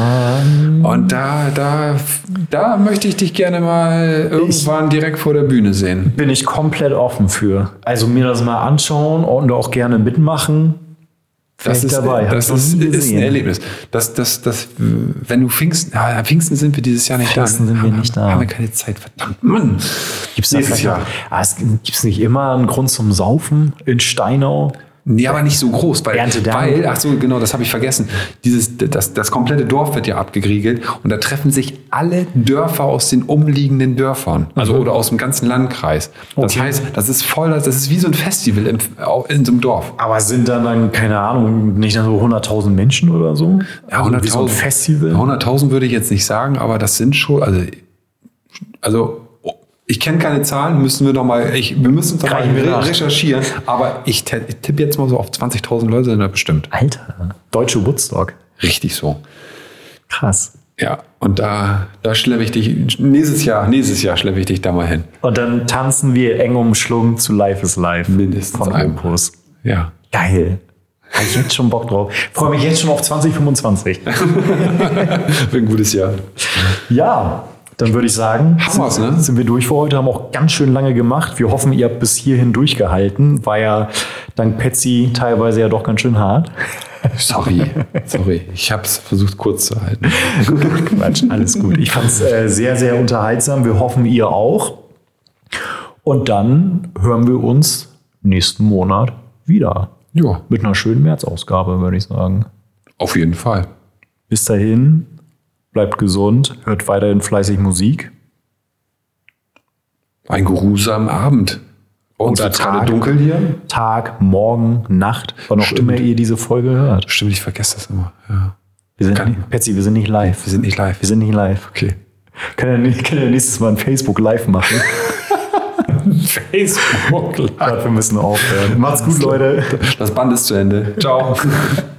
Und da, da, da möchte ich dich gerne mal irgendwann direkt vor der Bühne sehen. Bin ich komplett offen für. Also mir das mal anschauen und auch gerne mitmachen. Das Vielleicht ist, dabei. Hab das ich noch ist, nie ist ein gesehen. Erlebnis. Das, das, das, wenn du Pfingsten, ja, Pfingsten sind wir dieses Jahr nicht Pfingsten da. sind wir nicht da. Haben wir keine Zeit, verdammt, Mann. Gibt's da Nächstes vielleicht Jahr. noch- Ah, es gibt's nicht immer einen Grund zum Saufen in Steinau? Nee, aber nicht so groß, weil, Erntedank. weil ach so, genau, das habe ich vergessen. Dieses, das, das komplette Dorf wird ja abgeriegelt und da treffen sich alle Dörfer aus den umliegenden Dörfern, also oder aus dem ganzen Landkreis. Das Okay. heißt, das ist voll, das ist wie so ein Festival im, in so einem Dorf. Aber sind dann dann, keine Ahnung, nicht dann so hunderttausend Menschen oder so? Ja, Also wie so ein Festival? hunderttausend würde ich jetzt nicht sagen, aber das sind schon, also, also ich kenne keine Zahlen, müssen wir noch mal, ich, wir müssen noch mal Reichen wir re nach. recherchieren, aber ich, te- ich tippe jetzt mal so auf zwanzigtausend Leute sind da bestimmt. Alter, deutsche Woodstock. Richtig so. Krass. Ja, und da, da schleppe ich dich, nächstes Jahr, nächstes Jahr schleppe ich dich da mal hin. Und dann tanzen wir eng umschlungen zu Life is Life. Mindestens von einmal. Opus. Ja. Geil. Habe ich jetzt schon Bock drauf. Freue mich jetzt schon auf zwanzig fünfundzwanzig. Für ein gutes Jahr. Ja, dann würde ich sagen, Hammer's, sind, ne? sind wir durch für heute, haben auch ganz schön lange gemacht. Wir hoffen, ihr habt bis hierhin durchgehalten. War ja dank Patsy teilweise ja doch ganz schön hart. Sorry, sorry. Ich habe es versucht kurz zu halten. Quatsch, alles gut. Ich fand es äh, sehr, sehr unterhaltsam. Wir hoffen, ihr auch. Und dann hören wir uns nächsten Monat wieder. Ja, Mit einer schönen März-Ausgabe, würde ich sagen. auf jeden Fall. Bis dahin, bleibt gesund, hört weiterhin fleißig Musik. Ein geruhsamen Abend. Bei uns Oder wird gerade Tag. dunkel hier. Tag, Morgen, Nacht, wann auch Stimmt. immer ihr diese Folge hört. Stimmt, ich vergesse das immer. Ja. Wir sind Kann- nicht, Patsy, wir sind nicht live. Wir sind nicht live. Wir sind nicht live. Okay. Können wir, können wir nächstes Mal ein Facebook live machen? Facebook. Wir müssen aufhören. Macht's gut, Leute. Das Band ist zu Ende. Ciao.